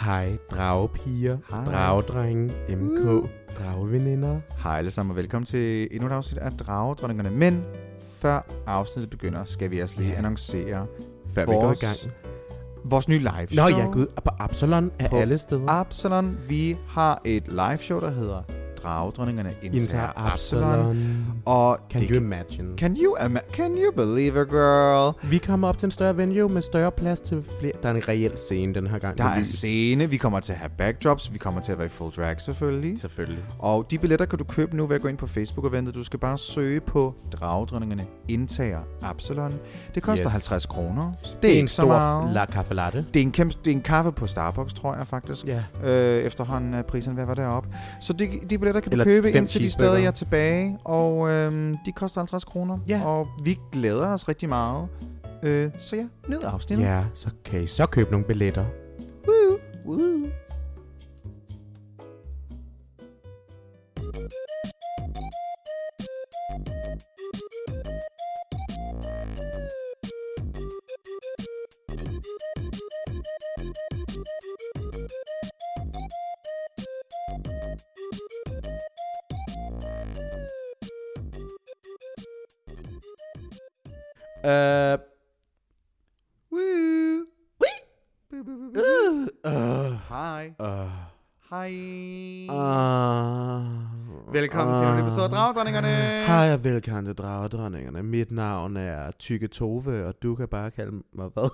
Hej dragepiger, dragedrenge, MK, drageveninder. Hej alle sammen og velkommen til endnu et afsnit af Dragedronningerne. Men før afsnittet begynder, skal vi altså lige annoncere Før vi går i gang. Vores nye live show. Nå ja, gud, på Absalon er på alle steder. Absalon. Vi har et live show, der hedder Dragedronningerne Inter Absalon. Og Can you imagine? Can you believe it, girl? Vi kommer op til en større venue med større plads til flere. Der er en reel scene den her gang. Der er scene. Vi kommer til at have backdrops. Vi kommer til at være i full drag, selvfølgelig. Selvfølgelig. Og de billetter kan du købe nu ved at gå ind på Facebook-eventet. Du skal bare søge på Dragedronningerne Inter Absalon. Det koster 50 kroner. Det er en stor la caffe latte. Det er en kaffe på Starbucks, tror jeg faktisk. Ja. Efterhånden er priserne ved at være deroppe. Så de billetter kan du Eller købe indtil de steder, jeg er tilbage. Og de koster 50 kroner. Ja. Og vi glæder os rigtig meget. Så ja, nyd afsnittet. Ja, så kan I så købe nogle billetter. Woo. Woo. Hej. Hej. Velkommen til en episode af Dragedronningerne. Hej og velkommen til Dragedronningerne. Mit navn er Tykke Tove, og du kan bare kalde mig hvad?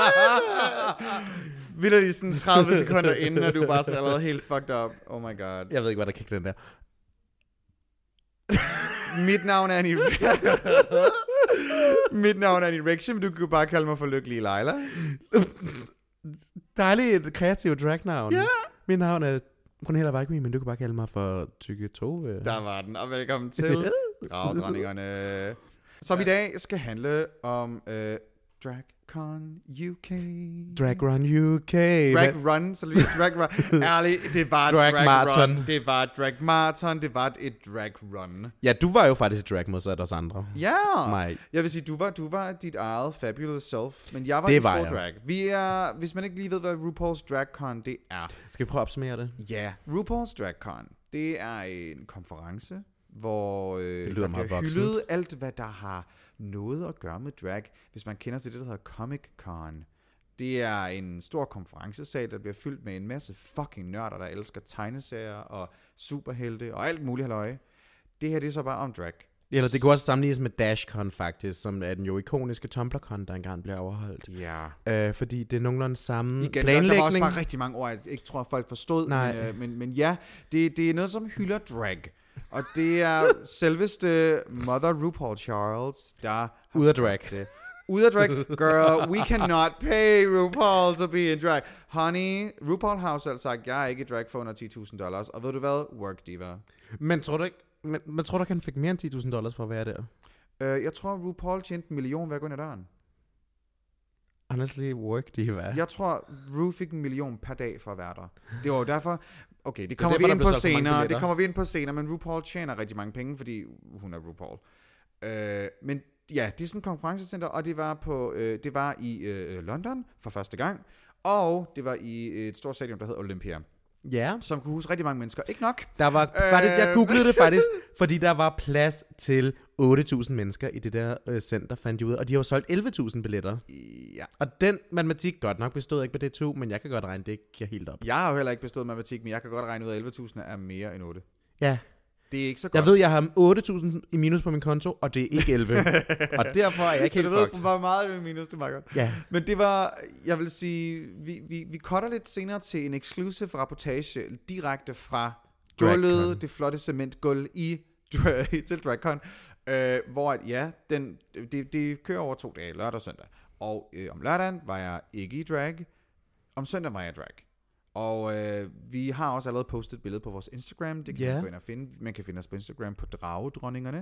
Vil du lige sådan 30 sekunder inden, og du er bare sådan allerede helt fucked up. Oh my god. Jeg ved ikke, hvad der kiggede den der. Mit navn er Mit navn er Erection, men du kan bare kalde mig for Lykkelige Leila. Dejligt kreativt dragnavn. Ja. Mit navn er Brunhilde Weigby, men du kan bare kalde mig for Tykke Tove. Der var den, og velkommen til Dragedronningerne. Som i dag skal handle om DragCon UK. Drag Run UK. Drag Run, så lige Drag Run. Ærligt, det var Drag Marathon. Run. Det var Drag Marathon, det var et Drag Run. Ja, du var jo faktisk drag modsat os andre. Ja. Mig. Jeg vil sige, du var dit eget fabulous self, men jeg var det i var full drag. Vi er, hvis man ikke lige ved, hvad RuPaul's DragCon det er. Skal vi prøve at opsummere det? Ja, RuPaul's DragCon, det er en konference, hvor det der bliver hyldet alt, hvad der har noget at gøre med drag. Hvis man kender til det, der hedder Comic-Con. Det er en stor konferencesal, der bliver fyldt med en masse fucking nørder, der elsker tegneserier og superhelte og alt muligt halløje. Det her, det er så bare om drag. Eller det kunne også sammenlignes med DashCon faktisk, som er den jo ikoniske TumblrCon, der engang blev overholdt. Ja. Fordi det er nogenlunde samme igen, planlægning. Der var også bare rigtig mange ord, jeg ikke tror, folk forstod. Men ja, det er noget, som hylder drag. Og det er selveste Mother RuPaul Charles, der har ud af drag. Ud af drag, girl, we cannot pay RuPaul to be in drag. Honey, RuPaul har jo selv sagt, jeg er ikke i drag for under $10,000. Og ved du hvad? Work diva. Men tror du ikke, man tror du, han fik mere end $10,000 for at være der? Jeg tror, RuPaul tjente 1 million ved at gå ind ad døren. Honestly, work diva. Jeg tror, Ru fik 1 million per dag for at være der. Det var jo derfor. Okay, det kommer vi ind på senere. Det kommer vi ind på senere, men RuPaul tjener rigtig mange penge, fordi hun er RuPaul. Men ja, det er sådan et konferencecenter, og det var i London for første gang, og det var i et stort stadion, der hed Olympia. Ja. Som kunne huse rigtig mange mennesker. Ikke nok. Der var faktisk, jeg googlede det faktisk, fordi der var plads til 8.000 mennesker i det der center, fandt jeg ud af. Og de har jo solgt 11.000 billetter. Ja. Og den matematik godt nok bestod ikke på det 2, men jeg kan godt regne det ikke helt op. Jeg har jo heller ikke bestået matematik, men jeg kan godt regne ud af 11.000 er mere end 8. Ja. Det er ikke så godt. Jeg ved, jeg har 8.000 i minus på min konto, og det er ikke 11. Og derfor er jeg ikke helt fucked. Så du ved, hvor meget er minus til mig. Ja. Men det var, jeg vil sige, vi cutter lidt senere til en exclusive rapportage direkte fra gulvet, det flotte cementgulv til DragCon, hvor det kører over 2 dage, lørdag og søndag. Og om lørdagen var jeg ikke i drag, om søndag var jeg i drag. Og vi har også allerede postet et billede på vores Instagram. Det kan man gå ind og finde. Man kan finde os på Instagram på Dragedronningerne.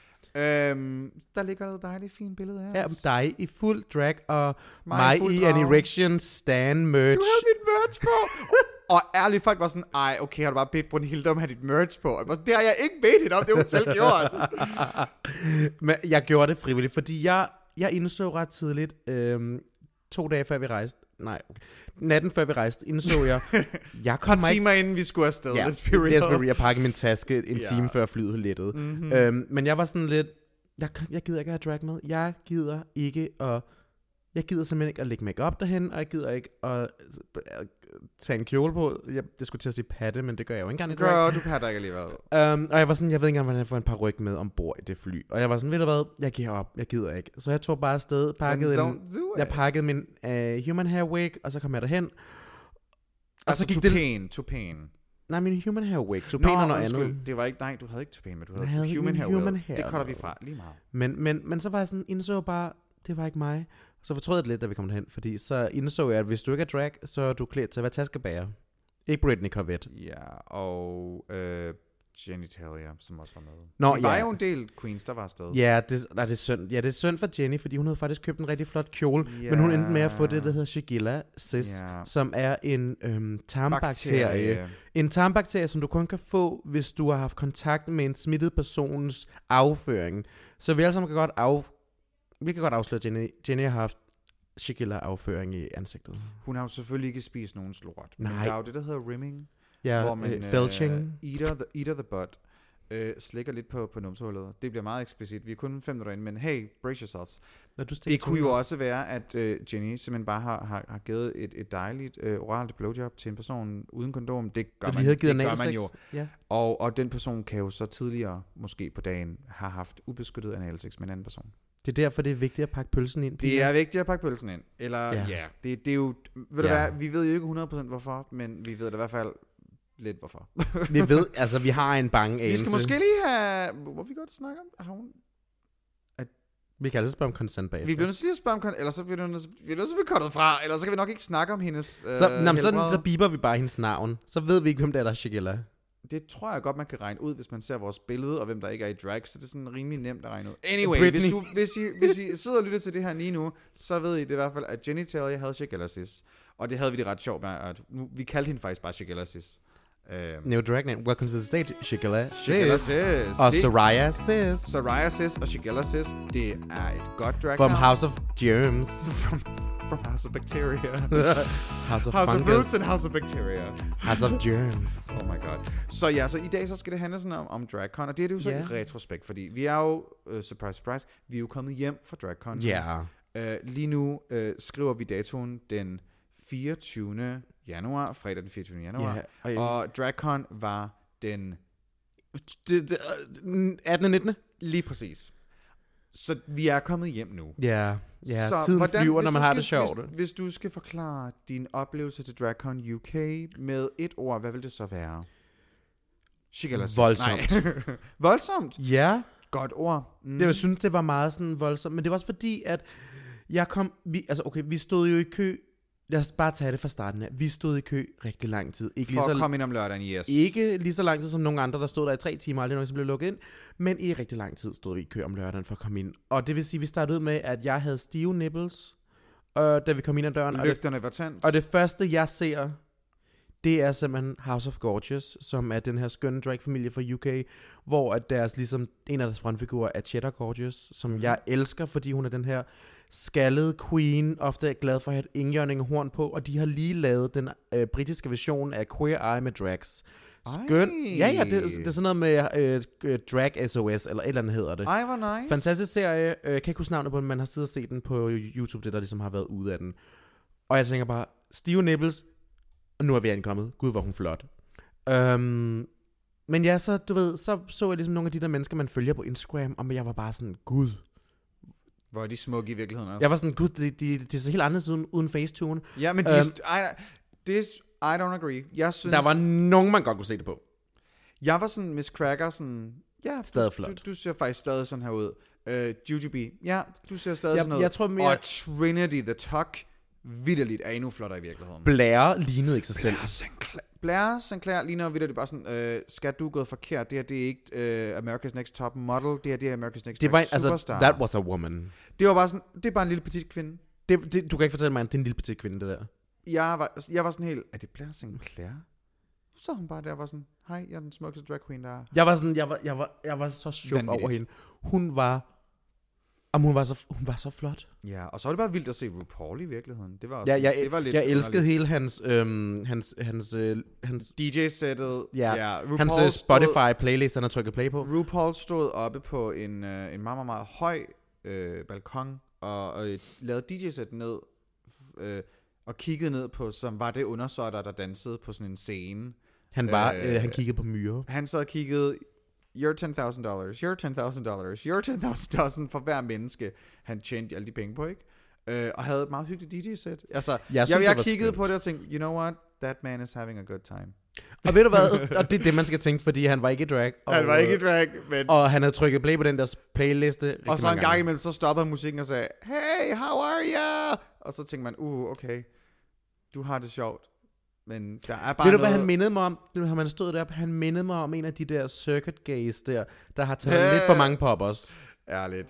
Der ligger et dejligt fint billede af os. Ja, dig i fuld drag og mig i en Erection Stan merch. Du har mit merch på. Og ærligt, folk var sådan, ej, okay, har du bare bedt Brunhilde om at have dit merch på? Og det har jeg ikke bedt hende om, det har hun selv gjort. Men jeg gjorde det frivilligt, fordi jeg indså ret tidligt, 2 dage før vi rejste, natten før vi rejste, indså jeg kommer timer inden vi skulle afsted, let's be real. Jeg pakkede min taske en time før flyet lettede. Mm-hmm. Men jeg var sådan lidt, jeg gider ikke at have drag med. Jeg gider simpelthen ikke at lægge make-up derhen, og jeg gider ikke at tage en kjole på. Jeg skulle til at sige patte, men det gør jeg jo ikke engang i drag. Du patter ikke alligevel. Og jeg var sådan, jeg ved ikke engang, hvordan jeg får en par ryg med ombord i det fly. Og jeg var sådan, ved du hvad, jeg giver op, jeg gider ikke. Så jeg tog bare afsted, jeg pakkede min human hair wig, og så kom jeg derhen. Og så gik toupen. Nej, min human hair wig. Toupen og noget andet. Det var ikke, nej, du havde ikke toupen, men du havde human hair. Det cutter vi fra, lige meget. Men så var jeg sådan, indså bare, det var ikke mig. Så fortrød jeg lidt, da vi kom derhen, fordi så indså jeg, at hvis du ikke er drag, så er du klædt til at være taskebærer. Ikke Britney Corvette. Ja, og Genitalia, som også var med. Der var jo en del queens, der var afsted. Ja, det er synd. Ja, det er synd for Jenny, fordi hun havde faktisk købt en rigtig flot kjole, men hun endte med at få det, der hedder Shigella cyst, som er en tarmbakterie. En tarmbakterie, som du kun kan få, hvis du har haft kontakt med en smittet persons afføring. Så vi alle sammen vi kan godt afsløre, at Jenny har haft Shigella-afføring i ansigtet. Hun har jo selvfølgelig ikke spist nogen slort. Nej. Men der er jo det, der hedder rimming. Ja, hvor man felching. Eater the butt. Slikker lidt på numsehullet. Det bliver meget eksplicit. Vi er kun 5 minutter inde, men hey, brace yourselves. Det kunne jo også være, at Jenny simpelthen bare har givet et dejligt oralt blowjob til en person uden kondom. Det gør man jo. Ja. Og den person kan jo så tidligere, måske på dagen, have haft ubeskyttet analsex med en anden person. Det er derfor, det er vigtigt at pakke pølsen ind. Det er vigtigt at pakke pølsen ind. Eller det er jo, ved du hvad, vi ved jo ikke 100% hvorfor, men vi ved det i hvert fald lidt hvorfor. Vi ved, altså vi har en bange anelse. Vi skal måske lige have, hvor vi godt snakke om, vi kan altså spørge om consent bagefter. Vi bliver nødt til at spørge om consent, eller så bliver vi nødt til at blive kortet fra, eller så kan vi nok ikke snakke om hendes så biber vi bare hendes navn. Så ved vi ikke, hvem det er, der er Shigella. Det tror jeg godt, man kan regne ud, hvis man ser vores billede, og hvem der ikke er i drag, så det er sådan rimelig nemt at regne ud. Anyway, hvis I sidder og lytter til det her lige nu, så ved I det i hvert fald, at Genitalia havde Shigella cis. Og det havde vi det ret sjovt med, at vi kaldte hende faktisk bare Shigella cis. New drag name, welcome to the stage, Shigella cis. Og Soraya cis. Soraya cis og Shigella cis, det er et godt drag From House of Germs. From House of Bacteria. House of Roots and House of Bacteria. House of Germs. Oh my god. Så i dag så skal det handle sådan om DragCon, og det er det jo så i retrospekt, fordi vi er jo, surprise, vi er jo kommet hjem fra DragCon. Ja. Lige nu skriver vi datoen den 24. januar, fredag den 24. januar, og DragCon var den 18. 19. Lige præcis. Så vi er kommet hjem nu. Ja, tiden flyver, når man har det sjovt. Hvis du skal forklare din oplevelse til DragCon UK med et ord, hvad vil det så være? Voldsomt. Voldsomt? Ja. Godt ord. Jeg synes, det var meget sådan voldsomt, men det var også fordi, at vi stod jo i kø. Lad os bare tage det fra starten af. Vi stod i kø rigtig lang tid. For at komme ind om lørdagen, yes. Ikke lige så lang tid som nogle andre, der stod der i 3 timer, aldrig nogen, som blev lukket ind. Men i rigtig lang tid stod vi i kø om lørdagen for at komme ind. Og det vil sige, at vi startede ud med, at jeg havde stive nipples, da vi kom ind ad døren. Lygterne var tændt. Og det første, jeg ser, det er simpelthen House of Gorgeous, som er den her skønne drag-familie fra UK, hvor at en af deres frontfigurer er Cheddar Gorgeous, som jeg elsker, fordi hun er den her skaldede queen, ofte er glad for at have et indjørning og horn på, og de har lige lavet den britiske version af Queer Eye med drags. Skøn. Ja, det er sådan noget med Drag SOS, eller et eller andet hedder det. Ej, hvor nice. Fantastisk serie. Kan ikke huske navnet på den, man har siddet og set den på YouTube, det der ligesom har været ude af den. Og jeg tænker bare, stive nipples, og nu er vi ankommet. Gud, hvor hun flot. Men ja, så du ved, så jeg ligesom nogle af de der mennesker, man følger på Instagram, og jeg var bare sådan, gud. Hvor er de smukke i virkeligheden også. Jeg var sådan, gud, de ser helt anderledes uden Facetune. Ja, men I don't agree. Jeg synes, der var nogen, man godt kunne se det på. Jeg var sådan, Miss Cracker, sådan, ja, stadig flot. Du ser faktisk stadig sådan her ud. Jujubee, ja, du ser stadig sådan ud. Jeg tror mere... Og Trinity the Tuck, vitterligt er endnu flottere i virkeligheden. Blair lignede ikke sig selv. Blair Sinclair ligner vitterligt bare sådan, skat, du er gået forkert. Det her, det er ikke America's Next Top Model. Det her, det er America's Next Top Superstar. Altså, that was a woman. Det var bare sådan, det er bare en lille petit kvinde. Du kan ikke fortælle mig, at det er en lille petit kvinde, det der. Jeg var sådan helt, er det Blair Sinclair? Så hun bare der var sådan, hej, jeg er den smukkeste drag queen, der er. Jeg var så chok over hende. Hun var Om hun var så flot. Ja, og så var det bare vildt at se RuPaul i virkeligheden. Det var også, Ja, det var lidt jeg elskede underligt. hele hans DJ-sættet. Ja, RuPaul hans Spotify-playlist, han har trykket play på. RuPaul stod oppe på en meget, meget, meget høj balkon og lavede DJ-sæt ned og kiggede ned på, som var det undersøgter, der dansede på sådan en scene. Han kiggede på myrer. Han sad og kiggede, you're $10,000, you're $10,000, you're $10,000 for hver menneske. Han tjente alle de penge på, ikke? Og havde et meget hyggeligt DJ-sæt. Altså, jeg kiggede på det og tænkte, you know what? That man is having a good time. Og ved du hvad? Og det er det, man skal tænke, fordi han var ikke i drag. Han var ikke i drag, men... Og han havde trykket play på den der playliste. Og så en gang imellem, så stoppede musikken og sagde, hey, how are you? Og så tænkte man, okay, du har det sjovt. Men der er bare ved du, hvad han mindede mig om? Har man stået deroppe? Han mindede mig om en af de der circuit gays der har taget lidt for mange poppers. Ærligt.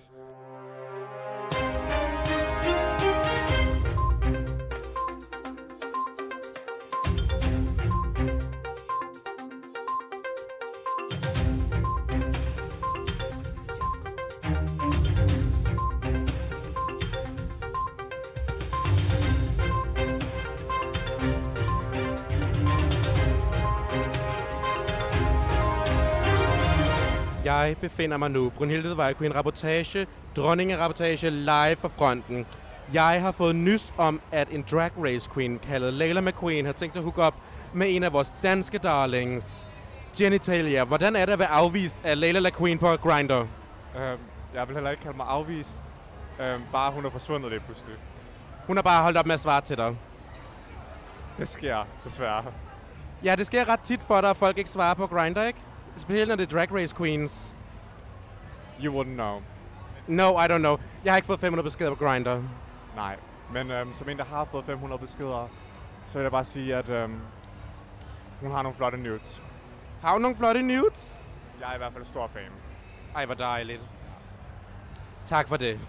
Jeg befinder mig nu. Brunhilde var Queen reportage, dronningereportage live fra fronten. Jeg har fået nys om, at en drag race queen kaldet Layla McQueen har tænkt sig at hook op med en af vores danske darlings, Genitalia. Hvordan er det at være afvist af Layla McQueen på Grindr? Jeg vil heller ikke kalde mig afvist. Bare hun er forsvundet lidt pludselig. Hun har bare holdt op med at svare til dig. Det sker, desværre. Ja, det sker ret tit for dig, at folk ikke svarer på Grindr, ikke? Specielt når det er drag race queens. You wouldn't know. No, I don't know. Jeg har ikke fået 500 beskeder på Grindr. Nej, men som en, der har fået 500 beskeder, så vil jeg bare sige, at hun har nogle flotte nudes. Har hun nogle flotte nudes? Jeg er i hvert fald stor fan. Ej, hvor dejligt. Tak for det.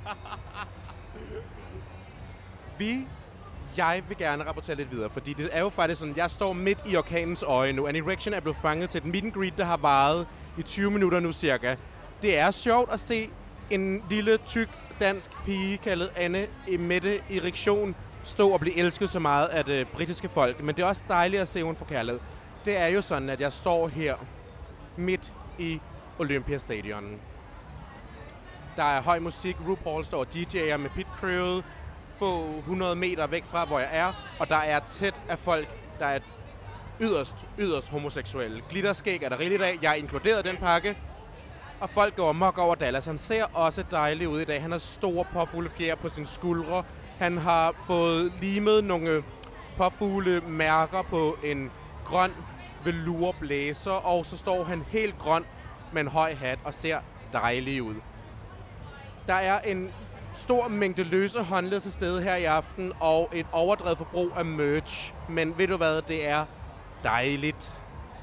Jeg vil gerne rapportere lidt videre, fordi det er jo faktisk sådan, jeg står midt i orkanens øje nu. An Erection er blevet fanget til et meet and greet, der har varet i 20 minutter nu cirka. Det er sjovt at se en lille, tyk dansk pige, kaldet Anne Mette Erection, stå og blive elsket så meget af det britiske folk. Men det er også dejligt at se, hun får kærlighed. Det er jo sådan, at jeg står her midt i Olympiastadion. Der er høj musik, RuPaul står og DJ'er med pit crewet, få 100 meter væk fra, hvor jeg er, og der er tæt af folk, der er yderst homoseksuelle. Glitterskæg er der rigeligt af. Jeg er inkluderet i den pakke, og folk går amok over Dallas. Han ser også dejlig ud i dag. Han har store påfugle fjer på sine skuldre. Han har fået limet nogle påfugle mærker på en grøn velurblæser, og så står han helt grøn med en høj hat og ser dejlig ud. Der er en stor mængde løse håndled til stede her i aften, og et overdrevet forbrug af merch. Men ved du hvad, det er dejligt.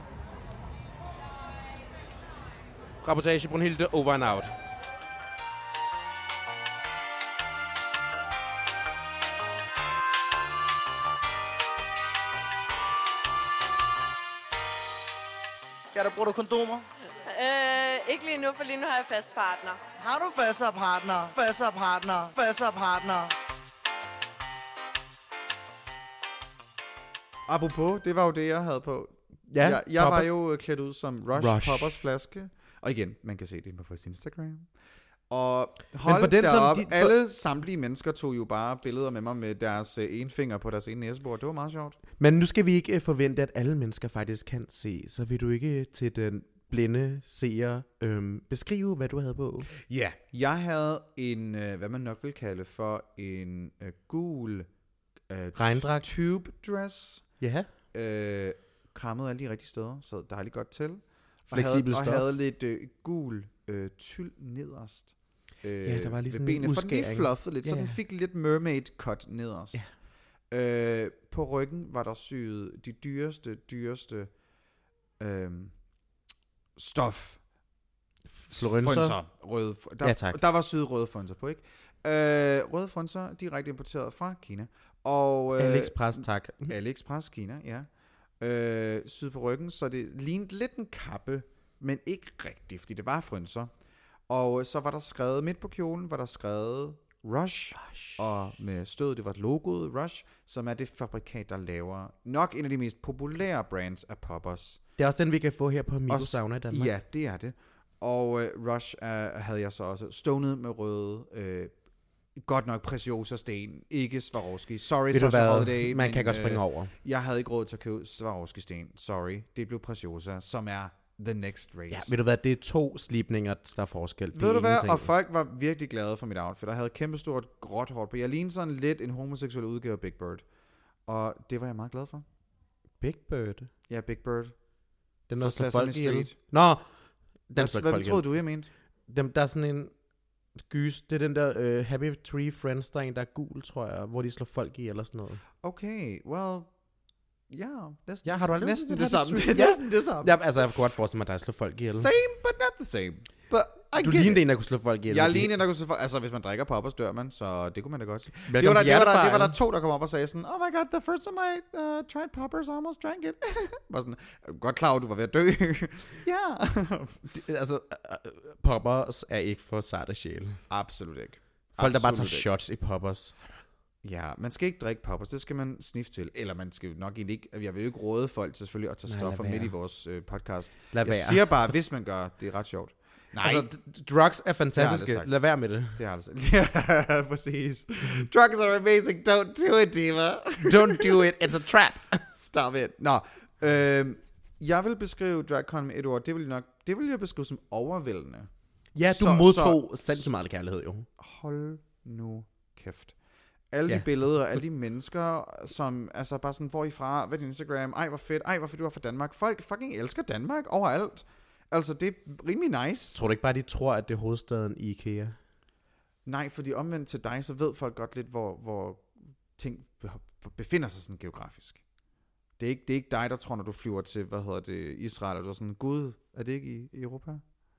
Rapportage Brunhilde, over and out. Bruger du kondomer? Ikke lige nu, for lige nu har jeg fast partner. Har du faste partner? Apropos, det var jo det, jeg havde på. Ja, jeg var jo klædt ud som Rush Poppers flaske. Og igen, man kan se det på vores Instagram. Og hold deroppe, alle samtlige mennesker tog jo bare billeder med mig med deres ene finger på deres ene næsebor. Det var meget sjovt. Men nu skal vi ikke forvente, at alle mennesker faktisk kan se. Så vil du ikke til den blinde seer beskrive, hvad du havde på? Ja, jeg havde en, hvad man nok vil kalde for en gul regndragt tube dress. Ja. Krammede alle de rigtige steder, sad dejligt godt til. Fleksibel stof. Og havde lidt gul tyld nederst. Ja, der var lige sådan benene, en for den lige fluffede lidt, ja, så den fik lidt mermaid cut nederst. Ja. På ryggen var der syet de dyreste stof. Florynser. Røde, der var syet røde frynser på, ikke? Røde frynser, direkte importeret fra Kina. Og AliExpress, tak. AliExpress, Kina, ja. Syd på ryggen, så det lignede lidt en kappe, men ikke rigtigt, fordi det var frynser. Og så var der skrevet, midt på kjolen, var der skrevet Rush. Og med stød, det var logoet Rush, som er det fabrikat, der laver nok en af de mest populære brands af poppers. Det er også den, vi kan få her på Amigo Sauna i Danmark. Ja, det er det. Og Rush havde jeg så også stonet med røde, godt nok Preciosa-sten, ikke Swarovski. Sorry, Sasha Holiday. Man kan godt springe over. Jeg havde ikke råd til at købe Swarovski-sten. Sorry, det blev Preciosa, som er the next race. Ja, ved du hvad, det er 2 slibninger, der er forskel. Ved du hvad, og folk var virkelig glade for mit outfit. Jeg havde kæmpestort gråt hår på. Jeg lignede sådan lidt en homoseksuel udgave af Big Bird. Og det var jeg meget glad for. Big Bird? Ja, Big Bird. Den der Sesame folk Street. Nå, hvad troede du, jeg mente? Der er sådan en gys, det er den der Happy Tree Friends, der er en, der er gul, tror jeg, hvor de slår folk i eller sådan noget. Okay, well, ja, har du aldrig næsten det samme. Næsten det samme. Ja, altså jeg kunne godt forestille mig, at der slår folk ihjel. Same, but not the same. But du lignede en, der kunne slå folk ihjel. Jeg lignede en, der kunne slå folk. Altså, hvis man drikker poppers, dør man, så det kunne man da godt sige. Det var der 2, der kom op og sagde sådan, oh my god, the first time I tried poppers, I almost drank it. Var sådan, godt klar over, du var ved at dø. Ja. Altså, poppers er ikke for sarte sjæle. Absolut ikke. Folk, der bare tager shots i poppers. Ja, man skal ikke drikke poppers, det skal man sniffe til. Eller man skal nok egentlig ikke, jeg vil jo ikke råde folk til selvfølgelig at tage stoffer midt i vores podcast. Jeg siger bare, hvis man gør, det er ret sjovt. Nej. Altså, drugs er fantastiske. Lad være med det. Det har jeg sagt. Ja, præcis. Drugs are amazing. Don't do it, diva. Don't do it. It's a trap. Stop it. Nå, jeg vil beskrive DragCon med et ord. Det vil jeg beskrive som overvældende. Ja, du modtog sindssygt meget kærlighed, jo. Hold nu kæft. Alle de billeder, alle de mennesker, som altså bare sådan, hvor I fra, hvad er din Instagram, ej hvor fedt, du er fra Danmark. Folk fucking elsker Danmark overalt. Altså, det er rimelig nice. Tror du ikke bare, de tror, at det er hovedstaden i IKEA? Nej, fordi omvendt til dig, så ved folk godt lidt, hvor ting befinder sig sådan geografisk. Det er ikke dig, der tror, når du flyver til, Israel, og du er sådan, gud, er det ikke i Europa?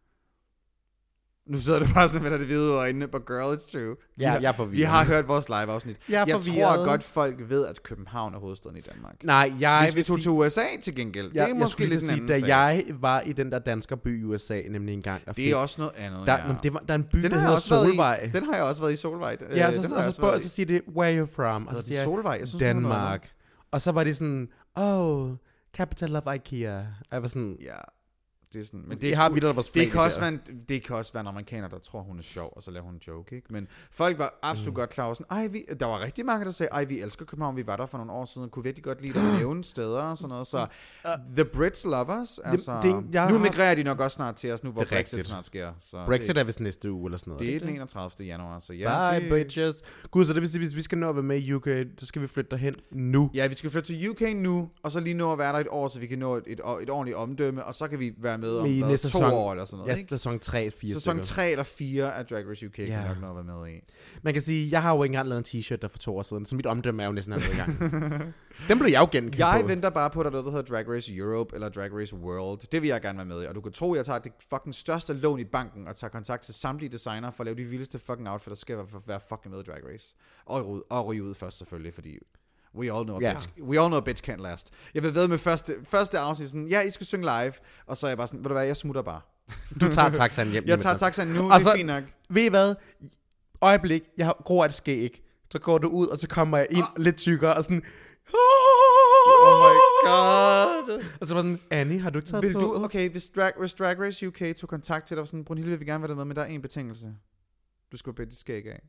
Nu sidder du bare sådan med det hvide øjnene på girl, it's true. Ja, jeg er forvirret. Vi har hørt vores live-afsnit. Jeg tror godt, folk ved, at København er hovedstaden i Danmark. Nej, hvis vi tog til USA til gengæld, det er måske lidt en anden sag. Da jeg var i den der danskerby i USA, nemlig en gang. Det er også noget andet, der er en by, der hedder Solvej. Den har jeg også været i Solvej. Ja, så siger det, where are you from? Og så siger Solvej, Danmark. Og så var det sådan, capital of IKEA. Jeg var sådan, ja. Det er sådan, men det har vi der vores det kan også være en amerikaner, der tror, hun er sjov, og så laver hun en joke, ikke? Men folk var absolut godt klar over sådan, der var rigtig mange, der sagde, vi elsker København, vi var der for nogle år siden, kunne virkelig godt lide at nævne steder og sådan noget, så the Brits love us, altså, nu migrerer de nok også snart til os, nu hvor Brexit snart sker. Så Brexit er vist næste uge eller sådan noget. Det er den 31. januar, så ja. Bye, bitches. Gud, så det vil sige, hvis vi skal nå at være med i UK, så skal vi flytte derhen nu. Ja, vi skal flytte til UK nu, og så lige nå at være der et år, så vi kan nå et ordentligt omdømme, og så kan vi være med om næste 2 år eller sådan noget, ikke? Sæson 3, 4 Sæson 3 eller 4 af Drag Race UK kan nok nå at være med i. Man kan sige, jeg har jo ikke engang lavet en t-shirt der for 2 år siden, så mit omdømme er jo næsten allerede i gang. Den blev jeg jo genkendt på. Jeg venter bare på, at der hedder Drag Race Europe eller Drag Race World. Det vil jeg gerne være med i, og du kan tro, at jeg tager det fucking største lån i banken og tager kontakt til samtlige designer for at lave de vildeste fucking outfit, der skal være fucking med i Drag Race. Og ryge ud først selvfølgelig, fordi we all know a bitch can't last. Jeg vil ved med første afsnit sådan, I skal synge live, og så er jeg bare sådan, ved du hvad, jeg smutter bare. Du tager taxaen hjem. Jeg tager taxaen nu, og det er fint nok. Ved I hvad? Øjeblik, jeg har grå et skæg. Så går du ud, og så kommer jeg ind lidt tykkere, og sådan, oh my god. Og så var sådan, Annie, har du ikke taget på? Okay, hvis Drag Race UK tog kontakt til dig, sådan, Brunhilde vil gerne være der med, men der er en betingelse. Du skal bede dit skæg af.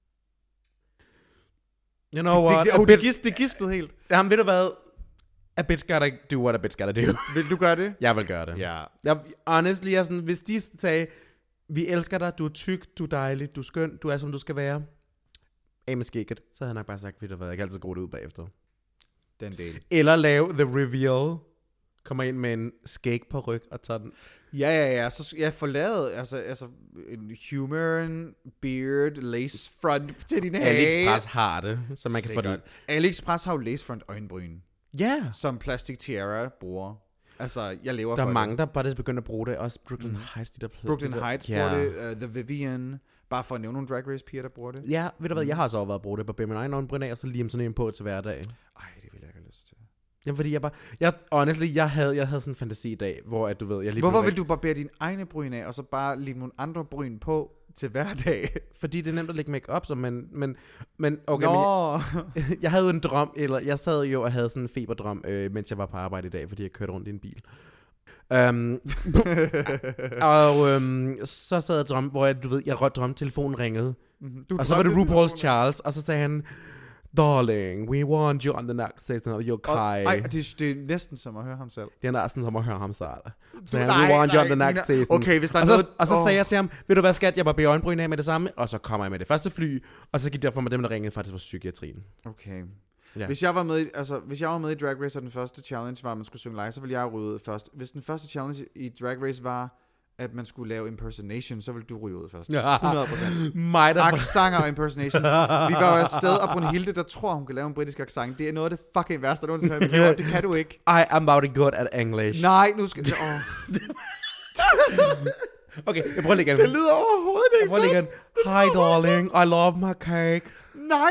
You know what? Det gispede helt. Jamen, ved du hvad? A bitch gotta do what a bitch gotta do. Vil du gøre det? Jeg vil gøre det. Ja. Honestly, jeg sådan, hvis de sagde, vi elsker dig, du er tyk, du er dejlig, du er skøn, du er som du skal være. Af med skægget. Så havde han nok bare sagt, ved du hvad, jeg kan altid gå det ud bagefter. Den del. Eller lave the reveal. Kommer ind med en skæg på ryg og tager den. Ja. Så jeg får lavet altså en human beard lace front til din hage. AliExpress har det, så man kan få det. AliExpress har jo lace front øjenbryn. Ja. Som Plastic Tiara bruger. Altså, jeg lever der for det. Der er mange, der bare begynder at bruge det. Også Brooklyn Heights, de der Brooklyn Heights bruger det. The Vivian. Bare for at nævne nogle Drag Race piger, der bruger det. Ja, ved du hvad, jeg har så været at bruge det på min egen øjenbryn af, og så lige sådan en på til hverdag. Ej, det vil jeg ikke have lyst til. Jamen, fordi jeg havde sådan en fantasi i dag, hvor at du ved, jeg lige Hvorfor vil du barbere dine egne bryn af, og så bare lægge nogle andre bryn på til hverdag? Fordi det er nemt at lægge make-up, så men okay, Nå. jeg havde jo en drøm, eller jeg sad jo og havde sådan en feberdrøm, mens jeg var på arbejde i dag, fordi jeg kørte rundt i en bil. Så sad jeg og drømte, hvor jeg drømte, telefonen ringede. Og så var det RuPaul's Charles, og så sagde han, darling, we want you on the next season of your Kai. Ej, det er næsten som at høre ham selv. Det er næsten som at høre ham selv. Så han, we want you on the next season. Okay, hvis der er noget... Og så sagde jeg til ham, ved du hvad skat, jeg barberer øjenbryn af med det samme, og så kommer jeg med det første fly, og så gik det for mig dem, der ringede faktisk var psykiatrien. Okay. Ja. Hvis jeg var med i Drag Race, og den første challenge var, at man skulle synge live, så ville jeg ryge ud først. Hvis den første challenge i Drag Race var, at man skulle lave impersonation, så ville du ryge ud først. 100%. Accenter og impersonation. Vi var jo afsted, og Brunhilde, der tror, hun kan lave en britisk accent. Det er noget af det fucking værste, der nogensinde har gjort. Det kan du ikke. I am about good at English. Nej, nu skal... Okay, jeg prøver lige igen. Det lyder overhovedet ikke sådan. Jeg prøver lige igen. Hi darling, I love my cake. Nej.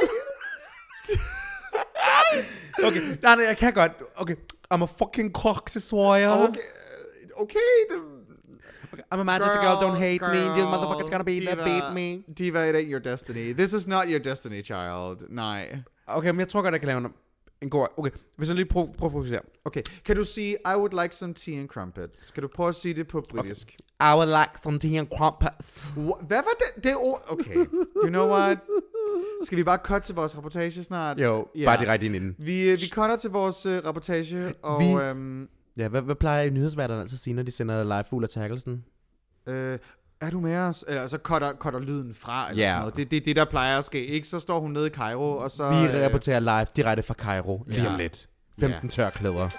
Okay, nej, jeg kan godt. Okay, I'm a fucking cock destroyer. Okay. I'm a magic girl, don't hate me. You motherfucker's gonna beat me. Diva, it ain't your destiny. This is not your destiny, child. Nej. Okay, men jeg tror godt, jeg kan lave en god... Okay, hvis jeg lige prøver at fokusere. Okay, kan du sige, I would like some tea and crumpets? Kan du prøve at sige det på britisk? Okay. I would like some tea and crumpets. Hvad var det? Det ord? Okay, you know what? Skal vi bare cut til vores reportage snart? Jo, bare direkte ind i den. Vi cutter til vores reportage, og... Ja, hvad plejer nyhedsværterne altså at sige, når de sender live fuld af taggelsen? Er du med os? Eller så cutter lyden fra, eller sådan noget. Det er det, der plejer at ske, ikke? Så står hun nede i Cairo, og så... Vi rapporterer live direkte fra Cairo, lige om lidt. 15 tørklæder.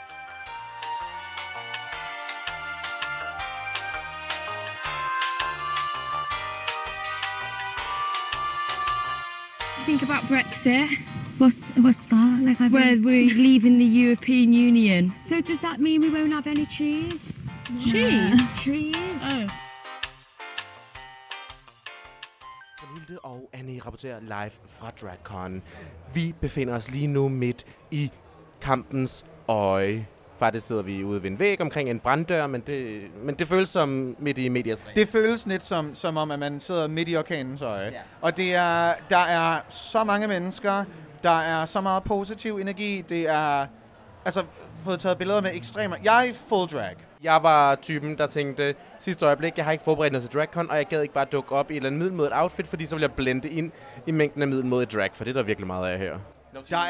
Think about Brexit. What's that? Like where we're leaving the European Union. So does that mean we won't have any trees? Cheese? Trees? Oh. Hilde og Annie rapporterer live fra DragCon. Vi befinder os lige nu midt i kampens øje. Faktisk sidder vi ude ved en væg omkring en branddør, men det føles som midt i medias ring. Det føles lidt som om, at man sidder midt i orkanens øje. Yeah. Og der er så mange mennesker, der er så meget positiv energi. Det er fået taget billeder med ekstremer. Jeg er full drag. Jeg var typen, der tænkte, sidste øjeblik, jeg har ikke forberedt noget til DragCon, og jeg gad ikke bare dukke op i et eller andet middelmådigt outfit, fordi så vil jeg blende ind i mængden af middelmådigt drag, for det er der virkelig meget af her. Der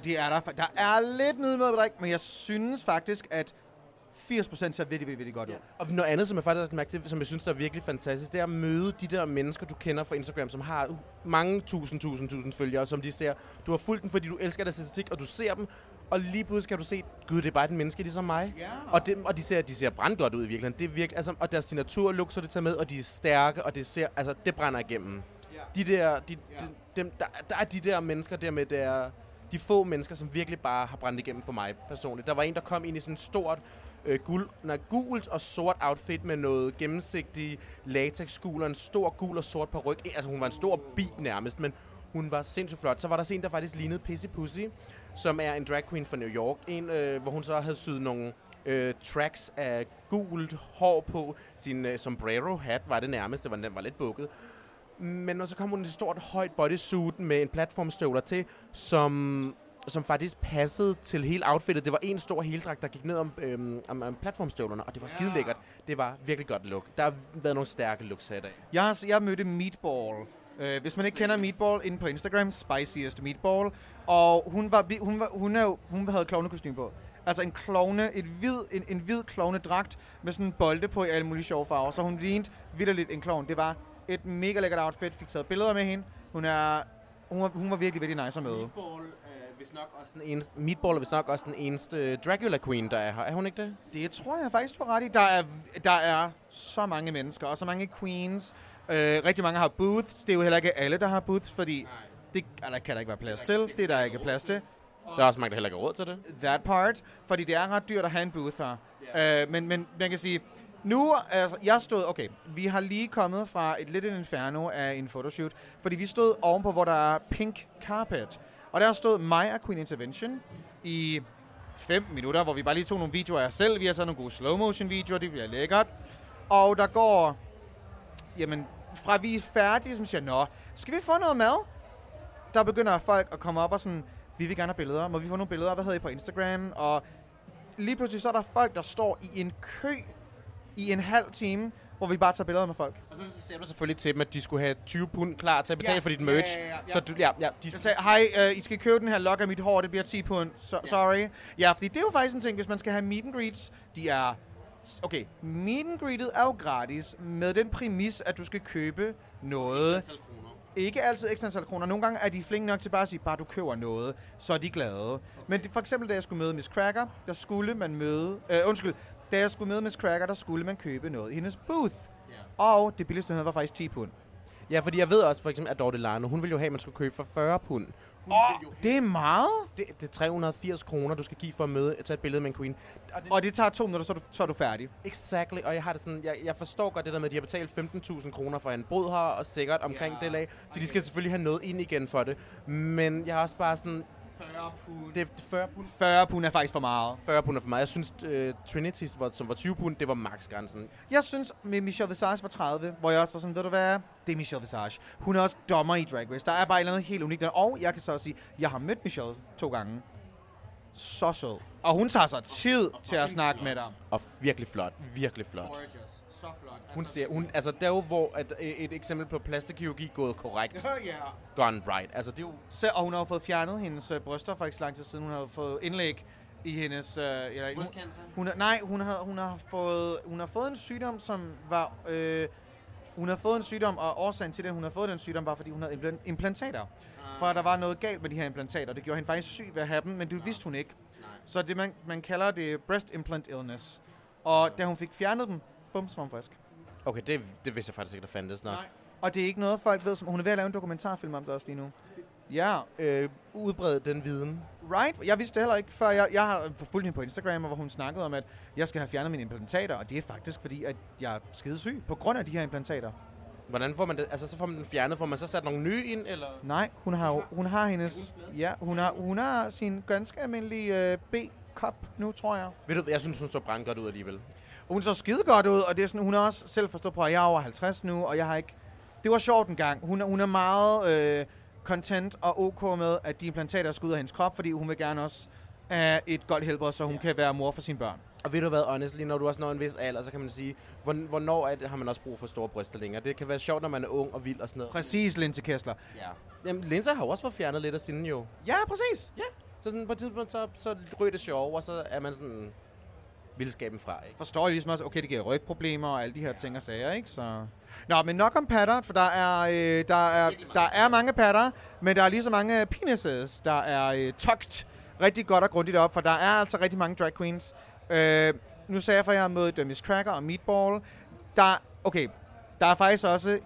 er lidt middelmådigt drag, men jeg synes faktisk, at 80% ser virkelig godt ud. Og noget andet, som jeg faktisk har mærket til, som jeg synes, der er virkelig fantastisk, det er at møde de der mennesker, du kender fra Instagram, som har mange tusind følgere, som de ser. Du har fulgt dem, fordi du elsker deres æstetik, og du ser dem, og lige pludselig kan du se, gud, det er bare et menneske ligesom mig. Yeah. Og de ser brandgodt ud i virkeligheden. Det er virkelig, altså, og deres signaturlook, så det tager med, og de er stærke, og det brænder igennem. Yeah. Der er de der mennesker der med de få mennesker, som virkelig bare har brændt igennem for mig personligt. Der var en, der kom ind i sådan et stort gult og sort outfit med noget gennemsigtig latex-gul og en stor gul og sort paryk. Altså hun var en stor bi nærmest, men hun var sindssygt flot. Så var der en, der faktisk lignede Pissy Pussy, som er en drag queen fra New York. Hvor hun så havde syet nogle tracks af gult hår på sin sombrero hat, var det nærmest. Den var lidt bukket. Men når så kom hun i et stort, højt bodysuit med en platformstøvler til, som faktisk passede til hele outfittet. Det var en stor heldragt, der gik ned om platformstøvlerne, og det var skide lækkert. Det var virkelig godt look. Der har været nogle stærke looks her i dag. Jeg mødte Meatball. Hvis man ikke kender Meatball, inde på Instagram, Spiciest Meatball. Og hun havde klovnekostyme på. Altså en hvid klovnedragt med sådan en bolde på i alle mulige sjove farver. Så hun lignede vitterligt en klovn. Det var et mega lækkert outfit. Fik taget billeder med hende. Hun var virkelig, virkelig nice at møde. Meatball er vist nok også den eneste Dracula Queen, der er her. Er hun ikke det? Det tror jeg faktisk, du har ret i. Der er så mange mennesker, og så mange queens. Rigtig mange har booths. Det er jo heller ikke alle, der har booths, fordi det kan der ikke være plads til. Det er der ikke plads til. Der er også mange, der heller ikke har råd til det. That part. Fordi det er ret dyrt at have en booth her. Yeah. Men man kan sige... Nu, vi har lige kommet fra et lidt inferno af en photoshoot, fordi vi stod ovenpå, hvor der er pink carpet. Og der stod mig og Queen Intervention i 5 minutter, hvor vi bare lige tog nogle videoer af os selv. Vi har taget nogle gode slow-motion videoer, det bliver lækkert. Og der går, jamen, fra vi er færdige, som siger, nå, skal vi få noget mad? Der begynder folk at komme op og sådan, vi vil gerne have billeder. Må vi få nogle billeder? Hvad hedder I på Instagram? Og lige pludselig så er der folk, der står i en kø i en halv time, hvor vi bare tager billeder med folk. Og så sagde du selvfølgelig til dem, at de skulle have 20 pund klar til at betale for dit merch. Ja. Så de Jeg sagde, hej, I skal købe den her lok af mit hår, det bliver 10 pund. Sorry. Ja, fordi det er jo faktisk en ting, hvis man skal have meet and greets, de er... Okay, meet and greetet er jo gratis, med den præmis, at du skal købe noget. Ikke altid ekstra antal kroner. Nogle gange er de flinke nok til bare at sige, bare du køber noget, så er de glade. Okay. Men for eksempel, da jeg skulle møde Miss Cracker, der skulle man møde... Da jeg skulle møde Miss Cracker, der skulle man købe noget i hendes booth. Yeah. Og det billigste var faktisk 10 pund. Ja, fordi jeg ved også for eksempel, at Dorte Lano, hun vil jo have, at man skulle købe for 40 pund. Det er meget. Det er 380 kroner, du skal give for at tage et billede med en queen. Og det tager 2 minutter, så er du færdig. Exactly, og jeg har det sådan, jeg forstår godt det der med, at de har betalt 15.000 kroner for en brud her, og sikkert omkring det lag. Så de skal selvfølgelig have noget ind igen for det. Men jeg har også bare sådan... 40 pund. Det er 40 pund. 40 pund er faktisk for meget. 40 pund er for meget. Jeg synes, Trinity's, som var 20 pund, det var maksgrænsen. Jeg synes, med Michelle Visage var 30, hvor jeg også var sådan, ved du hvad, det er Michelle Visage. Hun er også dommer i Drag Race. Der er bare et eller andet helt unikt. Og jeg kan så også sige, jeg har mødt Michelle 2 gange. Så sød. Og hun tager sig tid til at snakke med dig. Og virkelig flot. Virkelig flot. Gorgeous. Så flot. Altså der er jo, hvor et eksempel på plastikkirurgi gået korrekt. Ja. Gone right. Altså det er jo... Og hun har jo fået fjernet hendes bryster for ikke så lang tid siden. Hun har fået indlæg i hendes... Hun har fået en sygdom, som var... hun har fået en sygdom, og årsagen til det, hun har fået den sygdom, var, fordi hun havde implantater. For der var noget galt med de her implantater. Det gjorde hende faktisk syg ved at have dem, men det vidste hun ikke. Så det, man kalder det breast implant illness. Og da hun fik fjernet dem, bum, så var hun frisk. Okay, det vidste jeg faktisk ikke, der fandtes. Nej. Og det er ikke noget, folk ved, som hun er ved at lave en dokumentarfilm om det også lige nu. Ja. Udbrede den viden. Right. Jeg vidste det heller ikke, før jeg har fulgt hende på Instagram, hvor hun snakkede om, at jeg skal have fjernet mine implantater, og det er faktisk fordi, at jeg er skidesyg på grund af de her implantater. Hvordan får man det? Altså, så får man den fjernet. Får man så sat nogle nye ind, eller? Nej, hun har hendes... Ja, hun har sin ganske almindelige B-cup nu, tror jeg. Ved du, jeg synes, hun så brandgodt ud alligevel. Hun så skide godt ud, og det er sådan, hun har også selv forstået på, at jeg er over 50 nu, og jeg har ikke... Det var sjovt en gang. Hun er meget content og ok med, at de implantater skal ud af hendes krop, fordi hun vil gerne også have et godt helbred, så hun kan være mor for sine børn. Og ved du hvad, honestly, når du også når en vis alder, så kan man sige, hvornår har man også brug for store bryster længere. Det kan være sjovt, når man er ung og vild og sådan noget. Præcis, Linse Kessler. Ja. Jamen, Linse har jo også fået fjernet lidt af sine jo. Ja, præcis. Ja. Så sådan på et tidspunkt, så ryger det sjov, og så er man sådan vildskaben fra, ikke? Forstår jeg ligesom også, okay, det giver rygproblemer og alle de her ting og sager, ikke? Så... Nå, men nok om patter, for der er mange patter, men der er lige så mange penises, der er tucked rigtig godt og grundigt op, for der er altså rigtig mange drag queens. Nu sagde jeg, for jeg har mødt Miss Cracker og Meatball. Der er faktisk også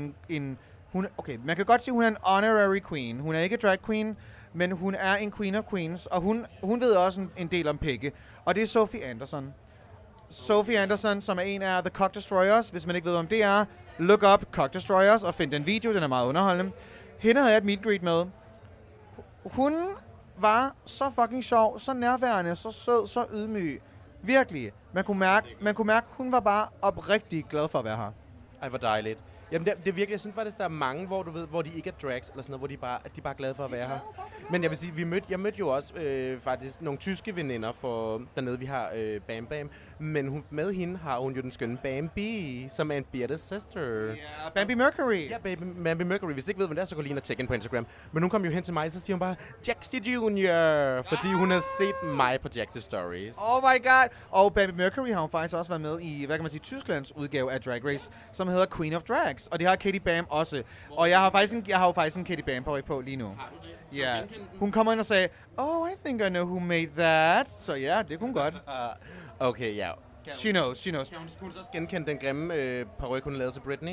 okay, man kan godt sige, hun er en honorary queen. Hun er ikke drag queen, men hun er en queen of queens, og hun ved også en del om pikke. Og det er Sophie Anderson. Sophie Anderson, som er en af The Cock Destroyers. Hvis man ikke ved, om det er, look up Cock Destroyers og find den video. Den er meget underholdende. Hende havde jeg et meet greet med. Hun var så fucking sjov, så nærværende, så sød, så ydmyg. Virkelig. Man kunne mærke, hun var bare oprigtig glad for at være her. Ej, hvor dejligt. Jamen, det er virkelig, jeg synes faktisk, der er mange, hvor de ikke er drags, eller sådan noget, hvor de bare er glade for at være her. Men jeg vil sige, jeg mødte jo også faktisk nogle tyske veninder for dernede, vi har Bam Bam. Men med hende har hun jo den skønne Bambi, som er en bearded sister. Ja, Bambi Mercury. Ja, Bambi Mercury. Hvis du ikke ved, hvad det er, så gå lige ind og tjekke ind på Instagram. Men hun kom jo hen til mig, så siger hun bare, Jaxi Junior, fordi hun har set mig på Jaxi Stories. Oh my god. Og Bambi Mercury har hun faktisk også været med i, hvad kan man sige, Tysklands udgave af Drag Race, som hedder Queen of Drags. Og det har Katie Bam også. Og jeg har jo faktisk en Katie Bam på lige nu. Har du det? Ja. Yeah. Hun kommer ind og sagde, oh, I think I know who made that. Så ja, det kunne godt. Okay, ja. She knows. Kan hun så også genkende den grimme paryk, hun lavede til Britney?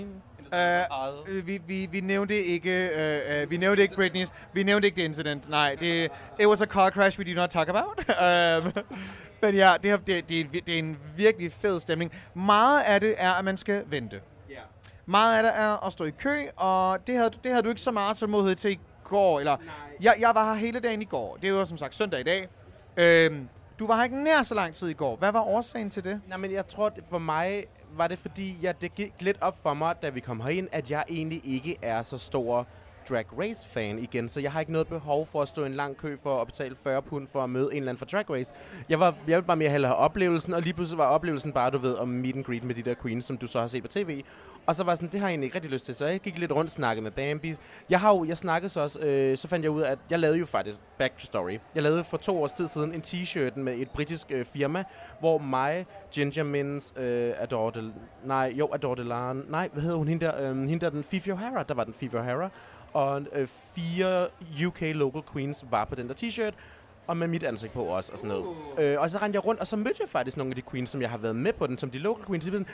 Vi nævnte ikke, Britney's. Vi nævnte ikke det incident. Nej, it was a car crash we do not talk about. Men ja, det er en virkelig fed stemning. Meget af det er, at man skal vente. Meget af det er at stå i kø, og det havde du ikke så meget tålmodighed til i går. Eller, jeg var her hele dagen i går. Det var som sagt søndag i dag. Du var her ikke nær så lang tid i går. Hvad var årsagen til det? Nej, men jeg tror, for mig var det, fordi det gik lidt op for mig, da vi kom herind, at jeg egentlig ikke er så stor Drag Race-fan igen, så jeg har ikke noget behov for at stå i en lang kø for at betale 40 pund for at møde en eller anden fra Drag Race. Jeg ville bare mere hellere have oplevelsen, og lige pludselig var oplevelsen bare, du ved, om meet and greet med de der queens, som du så har set på tv. Og så var sådan, det har jeg egentlig ikke rigtig lyst til, så jeg gik lidt rundt og snakkede med Bambi. Jeg snakkede så også, så fandt jeg ud af, at jeg lavede jo faktisk, back to story, jeg lavede for 2 års tid siden en t-shirt med et britisk firma, hvor mig, Ginger Minns, Adore Delane, hvad hedder hun, hende der den Fifi O'Hara, der var den Fifi O'Hara, og 4 UK local queens var på den der t-shirt, og med mit ansigt på også, og sådan noget. Og så rendte jeg rundt, og så mødte jeg faktisk nogle af de queens, som jeg har været med på den, som de local queens. De var sådan,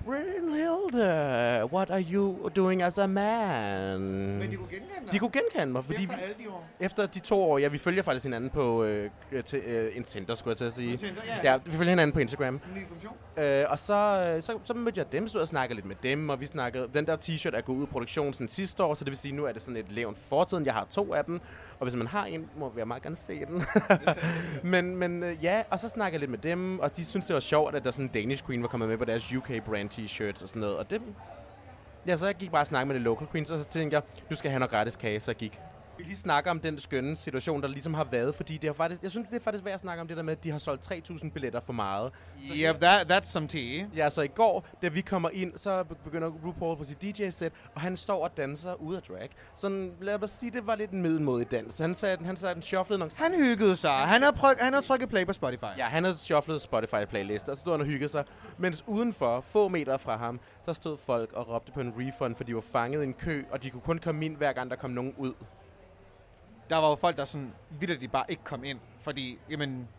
Brynhilde, what are you doing as a man? Men de kunne genkende dig? De kunne genkende mig, fordi efter alle de år? Efter de 2 år, vi følger faktisk hinanden på en Tinder, skulle jeg til at sige. Tinder, ja, vi følger hinanden på Instagram. En ny funktion. Og så mødte jeg dem, stod og snakkede lidt med dem, og vi snakkede, den der t-shirt er gået ud i produktion sådan sidste år, så det vil sige, nu er det sådan et levn fortiden. Jeg har 2 af dem, og hvis man har en, må jeg meget gerne se den. men ja, og så snakkede jeg lidt med dem, og de synes det var sjovt, at der sådan en Danish queen var kommet med på deres UK brand t-shirts og sådan noget, og det... Ja, så jeg gik bare og snakkede med de local queens, og så tænkte jeg, du skal have noget gratis kage, så jeg gik. Vi lige snakker om den skønne situation, der ligesom har været, fordi det er faktisk, jeg synes, det er faktisk værd at snakke om det der med, at de har solgt 3.000 billetter for meget. Yeah, that's some tea. Ja, så i går, da vi kommer ind, så begynder RuPaul på sit DJ-sæt, og han står og danser ud af drag. Sådan, lad mig sige, det var lidt en middelmådig dans. Han sagde, den shufflede nok. Han hyggede sig. Han har trykket play på Spotify. Ja, han havde shufflet Spotify-playlist, og så stod han og hyggede sig. Mens udenfor, få meter fra ham, der stod folk og råbte på en refund, for de var fanget i en kø, og de kunne kun komme ind, hver gang der kom nogen ud. Der var jo folk, der sådan vildt bare ikke kom ind, fordi, jamen,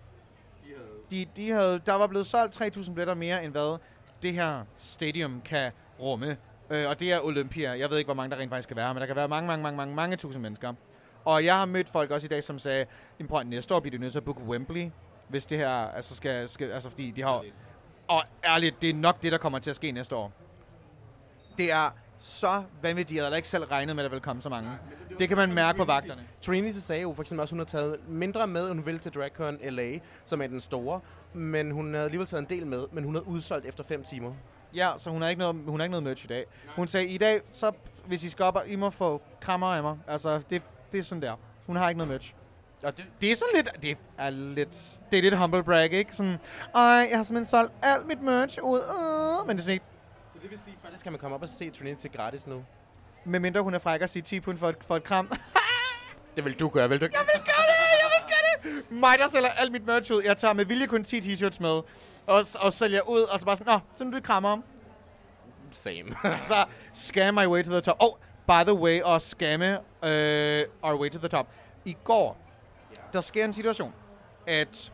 der var blevet solgt 3.000 billetter mere, end hvad det her stadium kan rumme. Og det er Olympia. Jeg ved ikke, hvor mange der rent faktisk skal være, men der kan være mange tusind mennesker. Og jeg har mødt folk også i dag, som sagde, prøv, næste år bliver det nødt til at booke Wembley, hvis det her altså skal altså fordi de har... Og ærligt, det er nok det, der kommer til at ske næste år. Det er så vanvittigt. Jeg havde ikke selv regnet med, at der ville komme så mange. Det kan man mærke på vagterne. Trinity sagde jo for eksempel også, hun har taget mindre med, end hun ville til DragCon LA, som er den store. Men hun havde alligevel taget en del med, men hun havde udsolgt efter 5 timer. Ja, så hun har ikke noget merch i dag. Hun sagde, i dag, så hvis I skal op, I må få krammer af mig. Altså, det er sådan der. Hun har ikke noget merch. Og det er sådan lidt, det er lidt humble brag, ikke? Sådan, jeg har simpelthen solgt alt mit merch ud, men det er sådan ikke. Så det vil sige, faktisk kan man komme op og se Trinity gratis nu? Medmindre hun er fræk og sige 10 pund for et kram. Det vil du gøre, vil du ikke? Jeg vil gøre det! Mig, der sælger alt mit merch ud. Jeg tager med vilje kun 10 t-shirts med, og sælger ud, og så bare sådan, så nu du krammer om. Same. Så scam my way to the top. By the way, og skamme our way to the top. I går, der sker en situation, at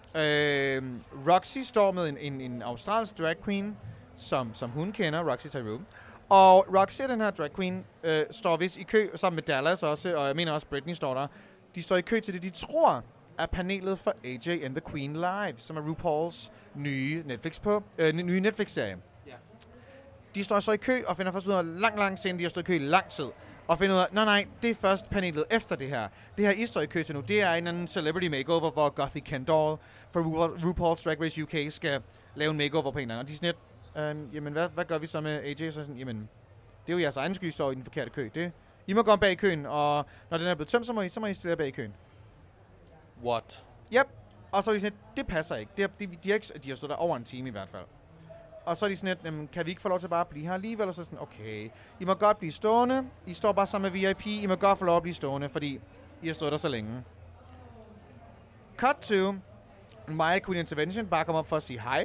Roxy står med en australsk drag queen, som hun kender, Roxy Tyrone. Og Roxy, den her drag queen, står vist i kø sammen med Dallas også, og jeg mener også Britney står der. De står i kø til det, de tror er panelet for AJ and the Queen Live, som er RuPauls nye Netflix-serie. Yeah. De står så i kø og finder først ud af lang scene, de har stået i kø i lang tid. Og finder ud af, nej, det er først panelet efter det her. Det her, I står i kø til nu, det er en anden celebrity makeover, hvor Gothy Kendall fra RuPaul's Drag Race UK skal lave en makeover på en eller anden. Og de er sådan lidt, jamen hvad gør vi så med AJ? Så sådan, jamen, det er jo jeres egen skyld, I står i den forkerte kø. I må gå om bag køen, og når den er blevet tømt, så må I stille bag køen. What? Yep. Og så er de sådan lidt, det passer ikke. De har stået der over en time i hvert fald. Og så er de sådan lidt, kan vi ikke få lov til bare at blive her alligevel? Og så sådan, okay, I må godt blive stående. I står bare sammen med VIP. I må godt få lov at blive stående, fordi I har stået der så længe. Cut to Maya Queen Intervention bare kommer op for at sige hej.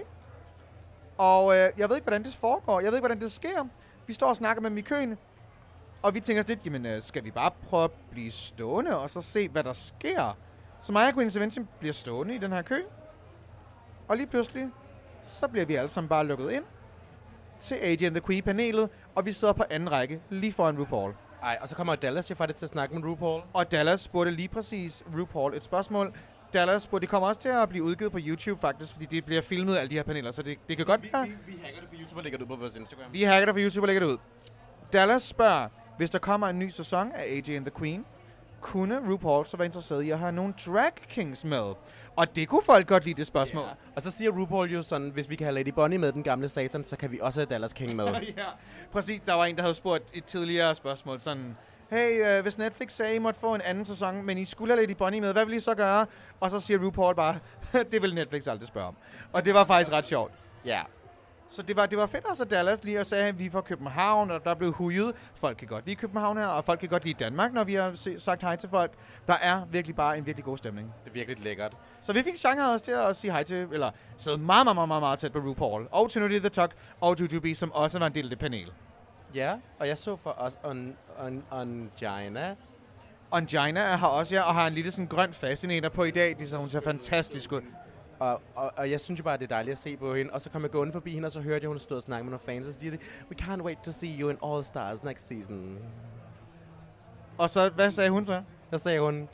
Og jeg ved ikke, hvordan det foregår. Jeg ved ikke, hvordan det sker. Vi står og snakker med dem i køen. Og vi tænker lidt, jamen skal vi bare prøve at blive stående og så se, hvad der sker? Så Maya Queen Intervention bliver stående i den her kø. Og lige pludselig, så bliver vi alle sammen bare lukket ind til AJ and the Queen-panelet, og vi sidder på anden række, lige foran RuPaul. Ej, og så kommer Dallas jo faktisk til at snakke med RuPaul. Og Dallas spurgte lige præcis RuPaul et spørgsmål. Dallas spurgte, det kommer også til at blive udgivet på YouTube faktisk, fordi det bliver filmet alle de her paneler, så det kan godt være. Vi hacker det for YouTube og lægger det ud på vores Instagram. Vi hacker det for YouTube og lægger det ud. Dallas spørger, hvis der kommer en ny sæson af AJ and the Queen, kunne RuPaul så være interesseret i at have nogle drag kings med? Og det kunne folk godt lide, det spørgsmål. Ja. Og så siger RuPaul jo sådan, hvis vi kan have Lady Bunny med, den gamle satan, så kan vi også have Dallas King med. Ja, præcis. Der var en, der havde spurgt et tidligere spørgsmål, sådan, hey, hvis Netflix sagde, I måtte få en anden sæson, men I skulle have Lady Bunny med, hvad vil I så gøre? Og så siger RuPaul bare, det vil Netflix aldrig spørge om. Og det var faktisk ret sjovt. Ja. Så det var fedt også, at Dallas lige og sagde, at vi er fra København, og der blev hujet. Folk kan godt lide København her, og folk kan godt lide Danmark, når vi har sagt hej til folk. Der er virkelig bare en virkelig god stemning. Det er virkelig lækkert. Så vi fik chancen også til at sige hej til, eller sidde meget tæt på RuPaul, og til Nudie the Tuck, og Jujubee, som også var en del af det panel. Ja, og jeg så for os Ongina. Ongina har også, og har en lille sådan grøn fascinator på i dag. Hun ser fantastisk ud. Og jeg synes jo bare, det er dejligt at se på hende. Og så kom jeg gående forbi hende, og så hørte jeg, hun stod og snakke med nogle fans, og så siger de, we can't wait to see you in All Stars next season. Og så, hvad sagde hun så? Der sagde hun,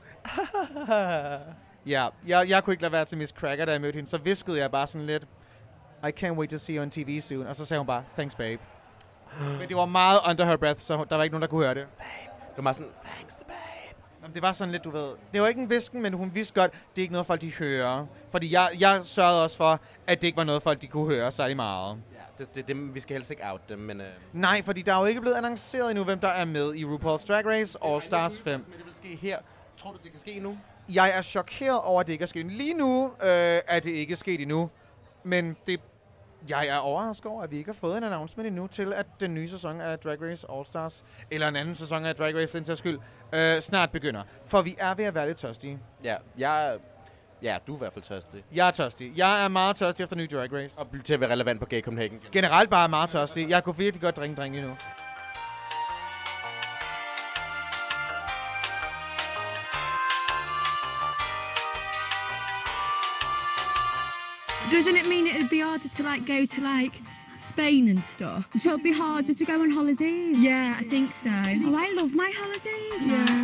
ja, jeg kunne ikke lade være til Miss Cracker, da jeg mødte hende. Så viskede jeg bare sådan lidt, I can't wait to see you on TV soon. Og så sagde hun bare, thanks babe. Men det var meget under her breath, så der var ikke nogen, der kunne høre det. det var meget sådan, thanks babe. Jamen, det var sådan lidt, du ved. Det var ikke en visken, men hun vidste godt, det er ikke noget, folk de hører. Fordi jeg sørgede også for, at det ikke var noget, folk de kunne høre særlig meget. Ja, det vi skal helst ikke out dem, men... Nej, fordi der er jo ikke blevet annonceret endnu, hvem der er med i RuPaul's Drag Race All Stars 5. Men det vil ske her. Tror du, det kan ske nu? Jeg er chokeret over, at det ikke er sket. Lige nu er det ikke sket endnu. Men jeg er overrasket over, at vi ikke har fået en announcement endnu til, at den nye sæson af Drag Race All Stars, eller en anden sæson af Drag Race, for den sags skyld, snart begynder. For vi er ved at være lidt tørstige. Ja, du er i hvert fald tørstig. Jeg er tørstig. Jeg er meget tørstig efter ny Drag Race. Og til at være relevant på Gay Copenhagen. Generelt bare meget tørstig. Jeg kunne virkelig godt drikke lige nu. Doesn't it mean it'd be harder to go to Spain and stuff? So it'll be harder to go on holidays? Yeah, I think so. Oh, I love my holidays. Yeah.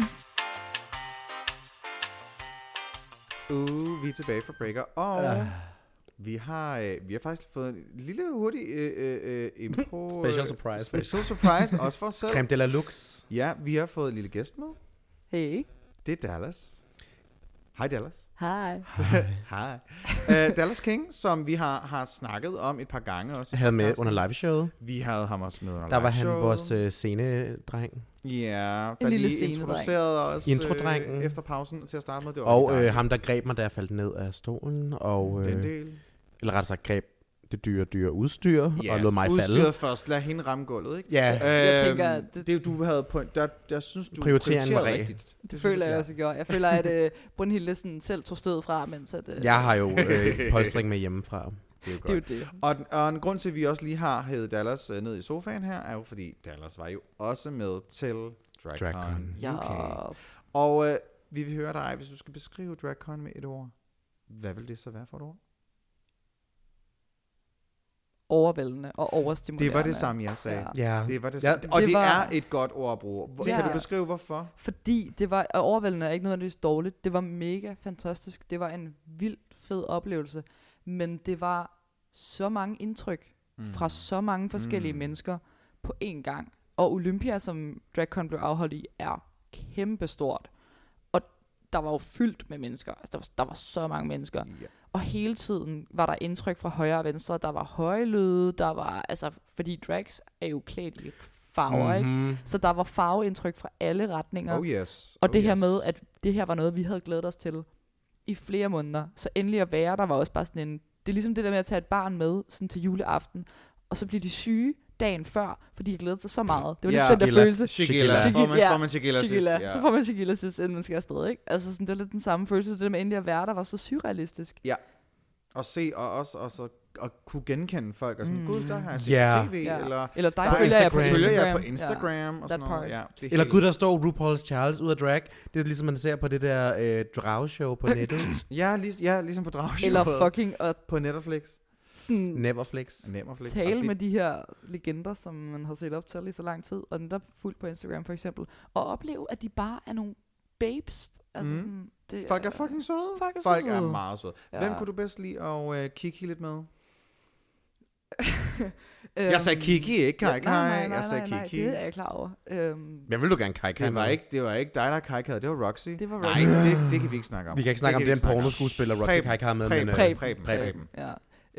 Vi er tilbage fra Breaker, og vi har faktisk fået en lille hurtig impro... Special surprise, også for os selv. Creme de la Lux. Ja, vi har fået en lille gæst med. Hey. Det er Dallas. Hej Dallas. Hej. Hej. Dallas King, som vi har snakket om et par gange også. Havde med under liveshowet. Vi havde ham også med under liveshowet. Der var liveshowet. han vores scenedreng. Ja, der lige introducerede os efter pausen til at starte med. Det var og ham, der greb mig, da jeg faldt ned af stolen. Og, den del. Eller rettere sagt, greb det dyre udstyr, og lod mig falde. Udstyret først, lad hende ramme gulvet, ikke? Ja. Jeg tænker, det du havde på, der synes du prioriterede rigtigt. Det føler jeg også gjorde. Jeg føler, at Brunhilde sådan selv tog stødet fra, mens at... Jeg har jo polstring med hjemmefra. Det er jo godt. Det er det. Og en grund til, at vi også lige har hævet Dallas ned i sofaen her, er jo fordi Dallas var jo også med til DragCon UK. Og vi vil høre dig, hvis du skal beskrive DragCon med et ord. Hvad vil det så være for et ord? Overvældende og overstimulerende. Det var det samme, jeg sagde. Ja. Det var det samme. Og det er et godt ord at bruge. Kan du beskrive, hvorfor? Fordi det var overvældende er ikke nødvendigvis dårligt. Det var mega fantastisk. Det var en vildt fed oplevelse. Men det var så mange indtryk fra så mange forskellige mennesker på én gang. Og Olympia, som DragCon blev afholdt i, er kæmpestort. Og der var jo fyldt med mennesker. Altså, der var så mange mennesker. Yeah. Og hele tiden var der indtryk fra højre og venstre. Der var højlyde, der var, altså, fordi drags er jo klædt i farver, ikke? Så der var farveindtryk fra alle retninger. Oh yes. Og det her med, at det her var noget, vi havde glædet os til i flere måneder. Så endelig at være, der var også bare sådan en, det er ligesom det der med at tage et barn med sådan til juleaften, og så bliver de syge dagen før, fordi jeg glæder sig så meget. Det var lidt den der følelse. Shigilla. Får man Shigilla-sis. Så får man Shigilla-sis, inden man skal afsted, ikke? Altså sådan, det er lidt den samme følelse, det der med endelig at være, der var så surrealistisk. Ja. Og se, og også at kunne genkende folk, og sådan, gud, der har jeg set tv, eller der følger jeg på Instagram, og sådan noget. Ja, eller gud, der står RuPaul's Charles ud af drag. Det er ligesom, man ser på det der dragshow på nettet. ligesom på dragshow. Eller fucking på Netflix. Neverflix. Tale med de her legender, som man har set op til i så lang tid, og den der fuldt på Instagram for eksempel, og opleve, at de bare er nogle babes. Altså sådan, folk er fucking søde. Folk er meget søde. Ja. Hvem kunne du bedst lide at kigge lidt med? Jeg sagde Kiki, ikke Kai Kai. Nej, Jeg sagde Kiki. det er jeg klar over. Jeg vil du gerne Kai Kai. Det var ikke dig, der Kai Kai, det var Roxy. Det var Nej, Roxy. det kan vi ikke snakke om. Vi kan ikke snakke om den pornoskuespiller, Roxy Kai Kai med. Preben. Ja.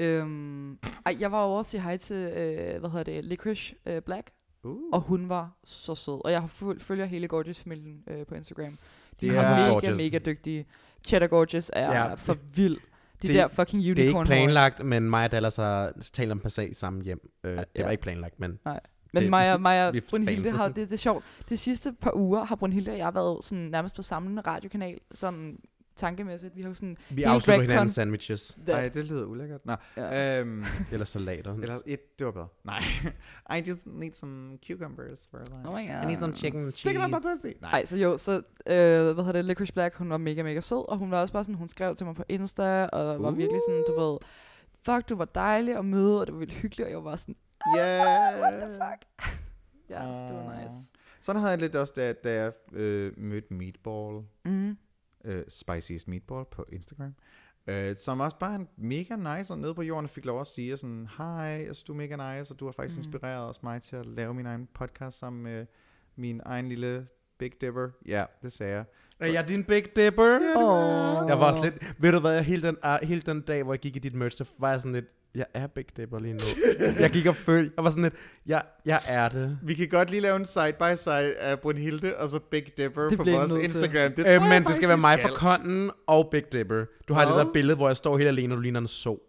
Jeg var over at sige hej til, Licorice Black. Og hun var så sød. Og jeg følger hele Gorgeous-familien på Instagram. De er mega dygtige. Cheddar Gorgeous er for vild. De der fucking unicorn. Det er ikke planlagt, men Maja Dallas har talt om passage sammen hjem. Det var ikke planlagt, men... Nej. Men Maja Brunhilde har det er sjovt. De sidste par uger har Brunhilde og jeg været sådan nærmest på samme radiokanal, sådan tankemæssigt. Vi har sådan vi afslutter hinandens sandwiches. Nej, det lyder ulækkert. Nå. Ja. Eller salater. Det var bedre. Nej. I just need some cucumbers for lunch. Oh my god. I need some chicken and Stick it up my cheese. pussy. Nej, så Licorice Black, hun var mega, mega sød, og hun var også bare sådan, hun skrev til mig på Insta, og var virkelig sådan, du ved, fuck, du var dejlig at møde, og det var vildt hyggeligt, og jeg var sådan, what the fuck? Ja, det var nice. Sådan havde jeg lidt også, da jeg mødte Meatball. Spiciest Meatball på Instagram. Som også bare en mega nice, og nede på jorden fik lov at sige sådan, hej, jeg synes du er mega nice, og du har faktisk inspireret også mig til at lave min egen podcast sammen med min egen lille Big Dipper. Ja, det sagde jeg. Er jeg din Big Dipper? Jeg var også lidt, ved du hvad, hele den dag, hvor jeg gik i dit merch, så var jeg sådan lidt, jeg er Big Dipper lige nu. Jeg gik og følte, jeg var sådan lidt, jeg er det. Vi kan godt lige lave en side-by-side af Brunhilde, og så Big Dipper på vores Instagram. Det tror men det skal være mig for Konden og Big Dipper. Du har det der billede, hvor jeg står helt alene, og du ligner en så.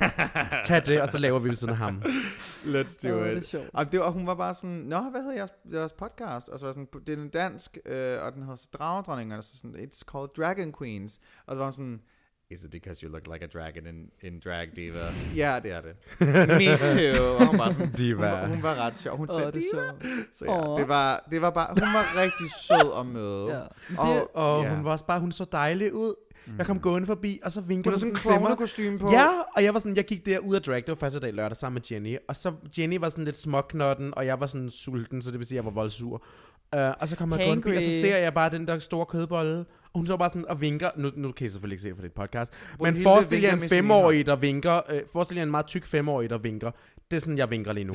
Tag det, og så laver vi ved siden af ham. Let's do it. Og hun var bare sådan, nå, hvad hedder jeres podcast? Og så var sådan, det er en dansk, og den hedder Dragedronninger, og så sådan, it's called Dragon Queens. Og så var hun sådan, is it because you look like a dragon in drag, diva? Ja, det er det. Me too. Og hun var sådan, diva. Hun var ret sjov. Hun sagde diva. Så ja, det var bare, hun var rigtig sød at møde. Ja. Og hun var også bare, hun så dejlig ud. Jeg kom gående forbi, og så vinkede hun sådan en klovnekostyme på. Ja, og jeg var sådan, jeg gik der ud af drag, det var første dag lørdag sammen med Jenny. Og så Jenny var sådan lidt småknotten, og jeg var sådan sulten, så det vil sige, at jeg var voldsur. Og så kommer jeg gående forbi, og så ser jeg bare den der store kødbolle. Og hun så bare sådan og vinker. Nu kan I selvfølgelig ikke se det for dit podcast. Men forestil jer en 5-årig, der vinker. Forestil jer en meget tyk 5-årig, der vinker. Det er sådan, jeg vinker lige nu.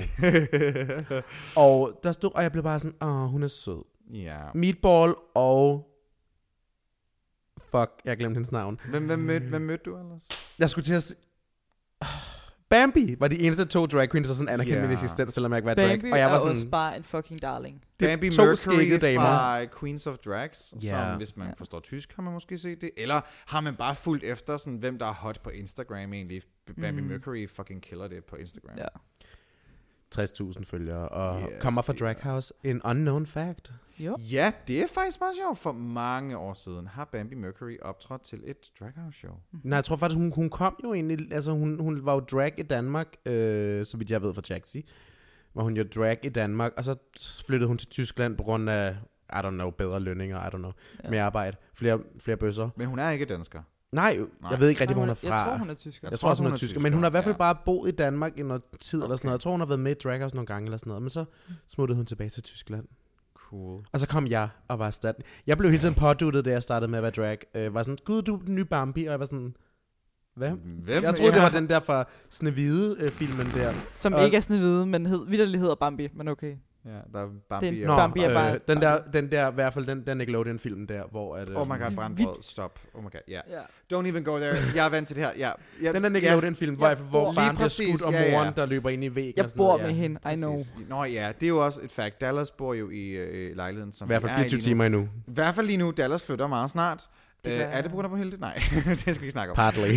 Og der stod, og jeg blev bare sådan, hun er sød. Yeah. Meatball og... Fuck, jeg glemte hendes navn. Hvem mødte du ellers? Jeg skulle til at Bambi var de eneste 2 drag queens, der sådan anerkendte min eksistens, selvom jeg ikke var drag. Bambi og jeg var sådan, også bare en fucking darling. Bambi Mercury fra Queens of Drags, som hvis man forstår tysk, har man måske set det. Eller har man bare fulgt efter, sådan, hvem der er hot på Instagram egentlig. Bambi Mercury fucking killer det på Instagram. Ja. 60.000 følgere, og kommer fra Drag House. En unknown fact. Jo. Ja, det er faktisk meget sjovt. For mange år siden har Bambi Mercury optrådt til et Drag House show. Nej, jeg tror faktisk, hun kom jo egentlig, altså hun var jo drag i Danmark, så vidt jeg ved fra Jaxi, var hun jo drag i Danmark, og så flyttede hun til Tyskland på grund af, I don't know, bedre lønninger, mere arbejde, flere bøsser. Men hun er ikke dansker. Nej, jeg ved ikke rigtig, hvor hun er fra. Jeg tror, hun er tysker. Jeg tror også, hun er tysker. Men hun har i hvert fald bare boet i Danmark i noget tid eller sådan noget. Jeg tror, hun har været med i Drag House nogle gange eller sådan noget. Men så smuttede hun tilbage til Tyskland. Cool. Og så kom jeg og var erstattet. Jeg blev hele tiden påduttet, da jeg startede med at være drag. Var sådan, gud, du er den nye Bambi. Og jeg var sådan, hvem? Jeg troede, det var den der fra Snehvide-filmen der. Som ikke er Snehvide, men vitterlig hedder Bambi, men okay. Ja, der er Bambi. Bambi er bare den der, i hvert fald den der Nickelodeon-film der, hvor at... oh my god, brandbrød, stop. Oh my god, yeah. Don't even go there. Jeg er vant til det her. Den der Nickelodeon-film, hvor faren bliver skudt, og moren, der løber ind i væggen. Jeg bor med hende, I know. Nå ja, det er jo også et fact. Dallas bor jo i lejligheden, som i hvert fald 24 timer endnu. I hvert fald lige nu. Dallas flytter meget snart. Er det på grund af Brunhilde? Nej, det skal vi ikke snakke om. Partly.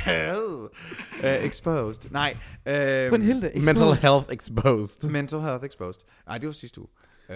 Exposed. Nej. Brunhilde exposed. Mental health exposed. Mental health exposed. Nej, det var sidste uge.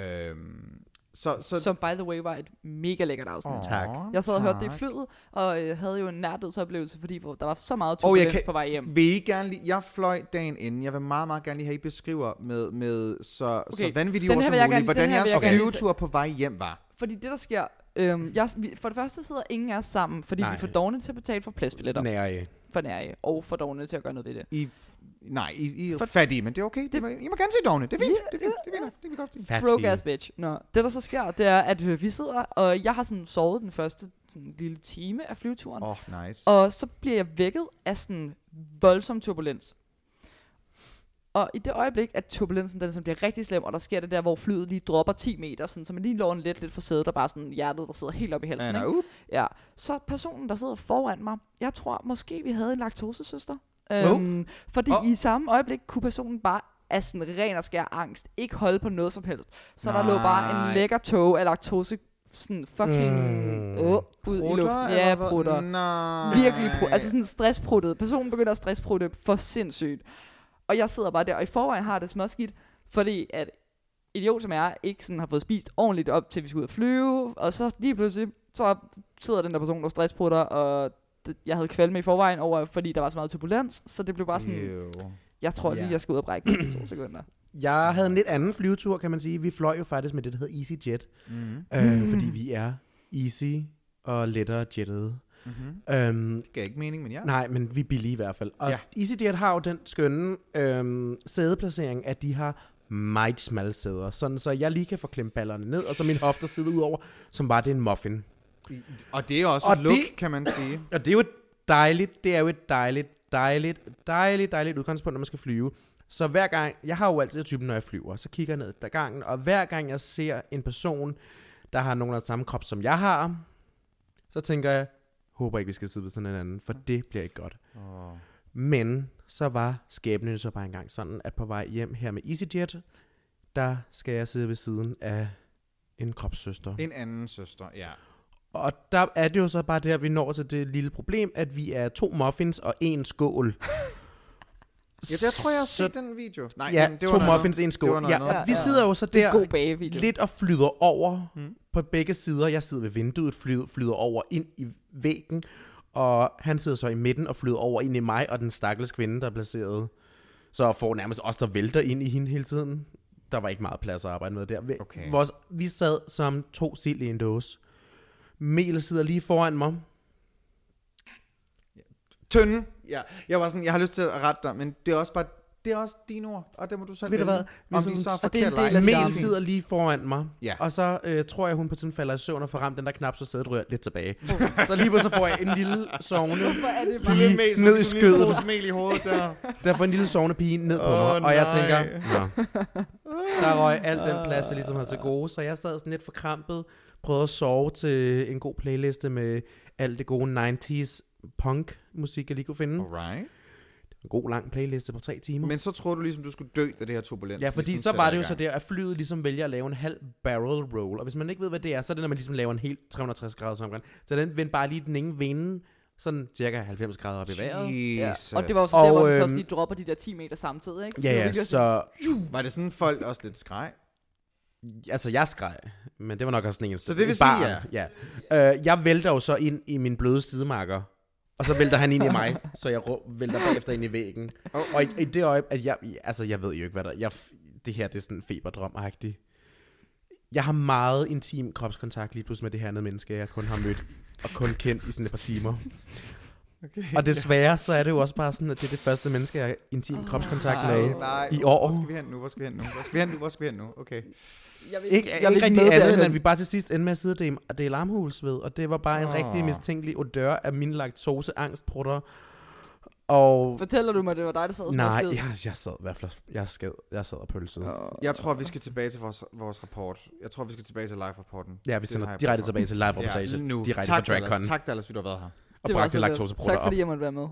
Som by the way var et mega lækkert afsnit. Tak. Jeg sad og hørte det i flyet, og havde jo en nærdødsoplevelse, fordi der var så meget turbulens på vej hjem. Vil I gerne lige... Jeg fløj dagen inden. Jeg vil meget, meget gerne lige have, I beskriver med så vanvittige ord som muligt, hvordan jeres flyvetur på vej hjem var. Fordi det, der sker... for det første sidder ingen af os sammen, fordi vi er for dovne til at betale for pladsbilletter. For nære. Og for dovne til at gøre noget ved det. I er fattige, men det er okay. I må gerne se dovne. Det er fint. Det er vi godt sige. Broke ass bitch. Det der så sker, det er, at vi sidder, og jeg har sådan sovet den første lille time af flyveturen. Nice. Og så bliver jeg vækket af sådan voldsom turbulens. Og i det øjeblik, at turbulensen den bliver rigtig slem, og der sker det der, hvor flyet lige dropper 10 meter, sådan, så man lige lå en lidt for sædet, der bare sådan hjertet, der sidder helt op i halsen. Ja, så personen, der sidder foran mig, jeg tror måske, vi havde en laktosesøster. Fordi i samme øjeblik kunne personen bare af sådan ren og skær angst ikke holde på noget som helst. Så der lå bare en lækker tog af laktose sådan fucking ud i luften. Ja, prutter. Virkelig prutter. Altså sådan stresspruttet. Personen begynder at stressprutte for sindssygt. Og jeg sidder bare der, og i forvejen har det småskidt, fordi at idiot som jeg ikke sådan har fået spist ordentligt op til vi skal ud og flyve, og så lige pludselig, så sidder den der person og stressprutter, og jeg havde kvalme i forvejen over, fordi der var så meget turbulens, så det blev bare sådan, jeg tror lige, jeg skal ud og brække mig i 2 sekunder. Jeg havde en lidt anden flyvetur, kan man sige. Vi fløj jo faktisk med det, der hedder EasyJet, fordi vi er easy og lettere jettede. Det gav ikke mening, men ja. Nej, men vi er billige i hvert fald. Og EasyJet har jo den skønne sædeplacering, at de har meget smalle sæder, sådan så jeg lige kan få klemt ballerne ned, og så min hofter sidder ud over, som bare det er en muffin. Og det er også et look, kan man sige. Og det er jo et dejligt udgangspunkt, når man skal flyve. Så hver gang, jeg har jo altid typen, når jeg flyver, så kigger jeg ned ad gangen, og hver gang jeg ser en person, der har nogen af samme krop, som jeg har, så tænker jeg, håber ikke, vi skal sidde ved sådan en anden, for det bliver ikke godt. Men så var skæbnen så bare engang sådan, at på vej hjem her med EasyJet, der skal jeg sidde ved siden af en kropssøster. En anden søster, ja. Og der er det jo så bare der, vi når til det lille problem, at vi er 2 muffins og 1 skål. Ja, der tror jeg har set den video. Nej, ja, det var 2 muffins, 1 skål. Ja, vi sidder jo så der lidt og flyder over på begge sider. Jeg sidder ved vinduet, flyder over ind i væggen, og han sidder så i midten og flyder over ind i mig og den stakkels kvinde, der er placeret. Så får nærmest os, der vælter ind i hende hele tiden. Der var ikke meget plads at arbejde med der. Okay. Vi sad som 2 sild i en dåse. Mel sidder lige foran mig. Tønde. Ja, jeg var sådan, jeg har lyst til at rette dig, men det er også bare, det er også dine ord, og det må du selv vælge. Om de så er forkert. Mel sidder lige foran mig, og så tror jeg, hun på tiden falder i søvn og får ramt den der knap, så sædet rører lidt tilbage. Så lige på så får jeg en lille sovne pige ned i skødet. Mel i hovedet der. Der får en lille sovne pige ned på mig, og jeg tænker, der røg alt den plads, jeg ligesom havde til gode, så jeg sad sådan lidt forkrampet, prøvede at sove til en god playliste med alt det gode 90's punk-musik, jeg lige kunne finde. Alright. En god lang playliste på 3 timer. Men så troede du ligesom, du skulle dø af det her turbulens. Ja, fordi ligesom så var det jo så der, at flyet ligesom vælger at lave en halv barrel roll. Og hvis man ikke ved, hvad det er, så er det, når man ligesom laver en helt 360 grader sammengang. Så den vendte bare lige den ene vende, sådan cirka 90 grader op i vejret. Ja. Og det var også der, hvor du så lige dropper de der 10 meter samtidig, ikke? Ja, så... Var det sådan, folk også lidt skreg? Altså, jeg skreg, men det var nok også sådan en... Så det vil sige, ja. Jeg vælter jo så ind i min bløde sidemarker. Og så vælter han ind i mig, så jeg vælter bagefter ind i væggen. Og i det øjeblik, at jeg ved jo ikke, hvad der... det her, det er sådan en feberdrøm-agtigt. Jeg har meget intim kropskontakt lige pludselig med det her andet menneske, jeg kun har mødt og kun kendt i sådan et par timer. Okay, og desværre, så er det jo også bare sådan, at det er det første menneske, jeg har intim kropskontakt med i år. Hvor skal vi hen nu? Okay. Jeg vil ikke rigtig andet, end at vi bare til sidst endte med at sidde og dele armhulsved, og det var bare en rigtig mistænkelig odør af mine laktoseangstprutter. Og fortæller du mig, det var dig, der sad og nej, jeg sad i hvert fald, jeg sad og pølsede. Jeg tror, vi skal tilbage til vores rapport. Jeg tror, vi skal tilbage til live-rapporten. Ja, vi sender direkte tilbage til live-rapportage. Ja, direkte fra DragCon. Tak, Dallas, fordi du har været her. Og bragte laktoseprutter op. Tak, fordi jeg måtte være med.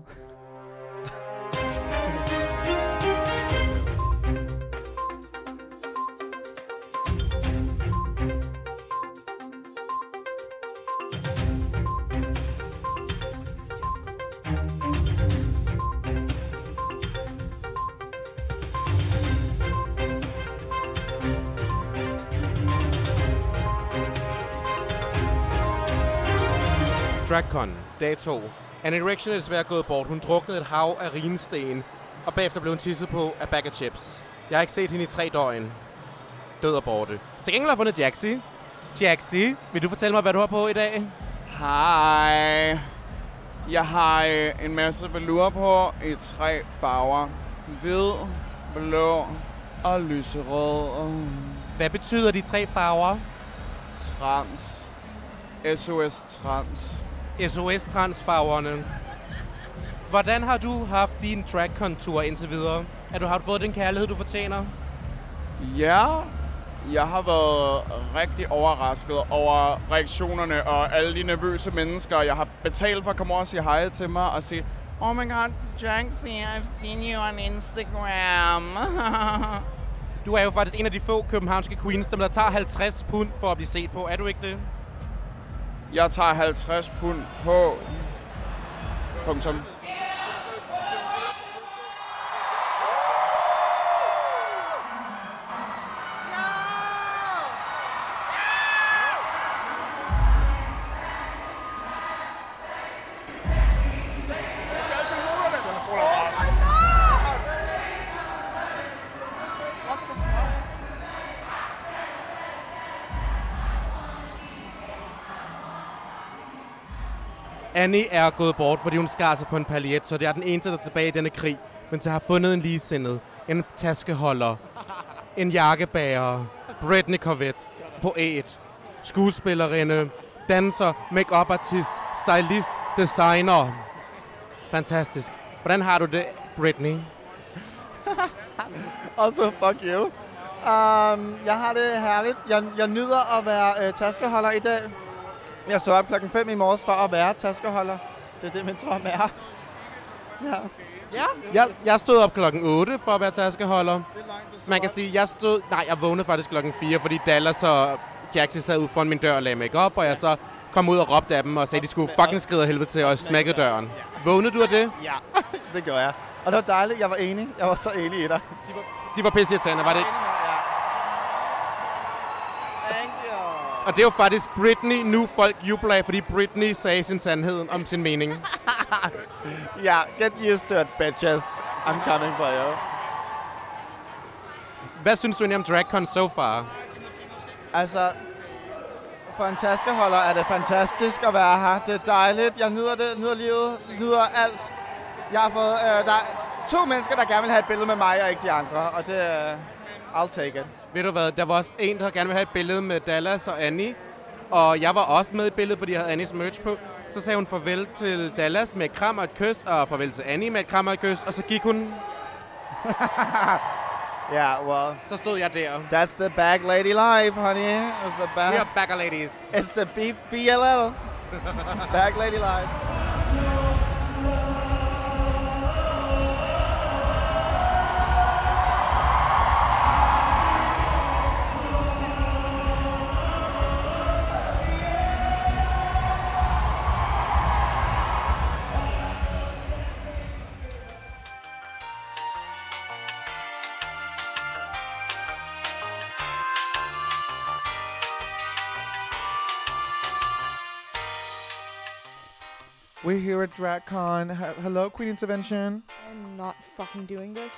DragCon, dag 2. Anne Erection er desværre gået bort. Hun druknede et hav af rinesten, og bagefter blev hun tisset på af bag af chips. Jeg har ikke set hende i 3 døgn. Død og borte. Til gengæld har jeg fundet Jaxi. Jaxi, vil du fortælle mig, hvad du har på i dag? Hej. Jeg har en masse velour på i 3 farver. Hvid, blå og lyserød. Hvad betyder de 3 farver? Trans. SOS Trans. SOS Trans-farverne. Hvordan har du haft din drag-kontur indtil videre? Har du fået den kærlighed, du fortjener? Ja, jeg har været rigtig overrasket over reaktionerne og alle de nervøse mennesker. Jeg har betalt for at komme over og sige hej til mig og sige, oh my god, Jaxi, I've seen you on Instagram. Du er jo faktisk en af de få københavnske queens, der tager 50 pund for at blive set på. Er du ikke det? Jeg tager 50 pund på. Punktum. Annie er gået bort, fordi hun skar sig på en paljet, så det er den eneste, der er tilbage i denne krig. Men så har fundet en ligesindet, en taskeholder, en jakkebærer, Britney Corvette, poet, skuespillerinde, danser, make-up artist, stylist, designer. Fantastisk. Hvordan har du det, Britney? Also, fuck you. Jeg har det herligt. Jeg nyder at være taskeholder i dag. Jeg så op 5:00 i morges for at være taskeholder. Det er det, min drøm er. Ja. Jeg stod op 8:00 for at være taskeholder. Man kan sige, jeg vågnede faktisk 4:00, fordi Dallas og Jaxi sad ude foran min dør og lagde make-up, og jeg så kom ud og råbte af dem og sagde, at de skulle fucking skride af helvede til og smækkede døren. Vågnede du af det? Ja, det gør jeg. Og det var dejligt, jeg var enig. Jeg var så enig i dig. De var pisseirriterende, var det ikke? Thank you. Og det er jo faktisk Britney, nu folk jubler af, fordi Britney sagde sin sandhed om sin mening. Ja, get used to it, bitches. I'm coming for you. Hvad synes du egentlig om DragCon so far? Altså, for en taskeholder er det fantastisk at være her. Det er dejligt. Jeg nyder det, nyder livet, nyder alt. Jeg har fået, der er 2 mennesker, der gerne vil have et billede med mig, og ikke de andre. Og det I'll take it. Ved du hvad, der var også en, der gerne ville have et billede med Dallas og Annie. Og jeg var også med i billedet, fordi jeg havde Annies merch på. Så sagde hun farvel til Dallas med et kram og et kys, og farvel til Annie med et kram og et kys, og så gik hun. Yeah, well. Så stod jeg der. That's the bag lady life, honey. It's the bag. We are bagger ladies. It's the BLL. Bag lady life. We're here at DragCon. Hello, Queen Intervention. I'm not fucking doing this.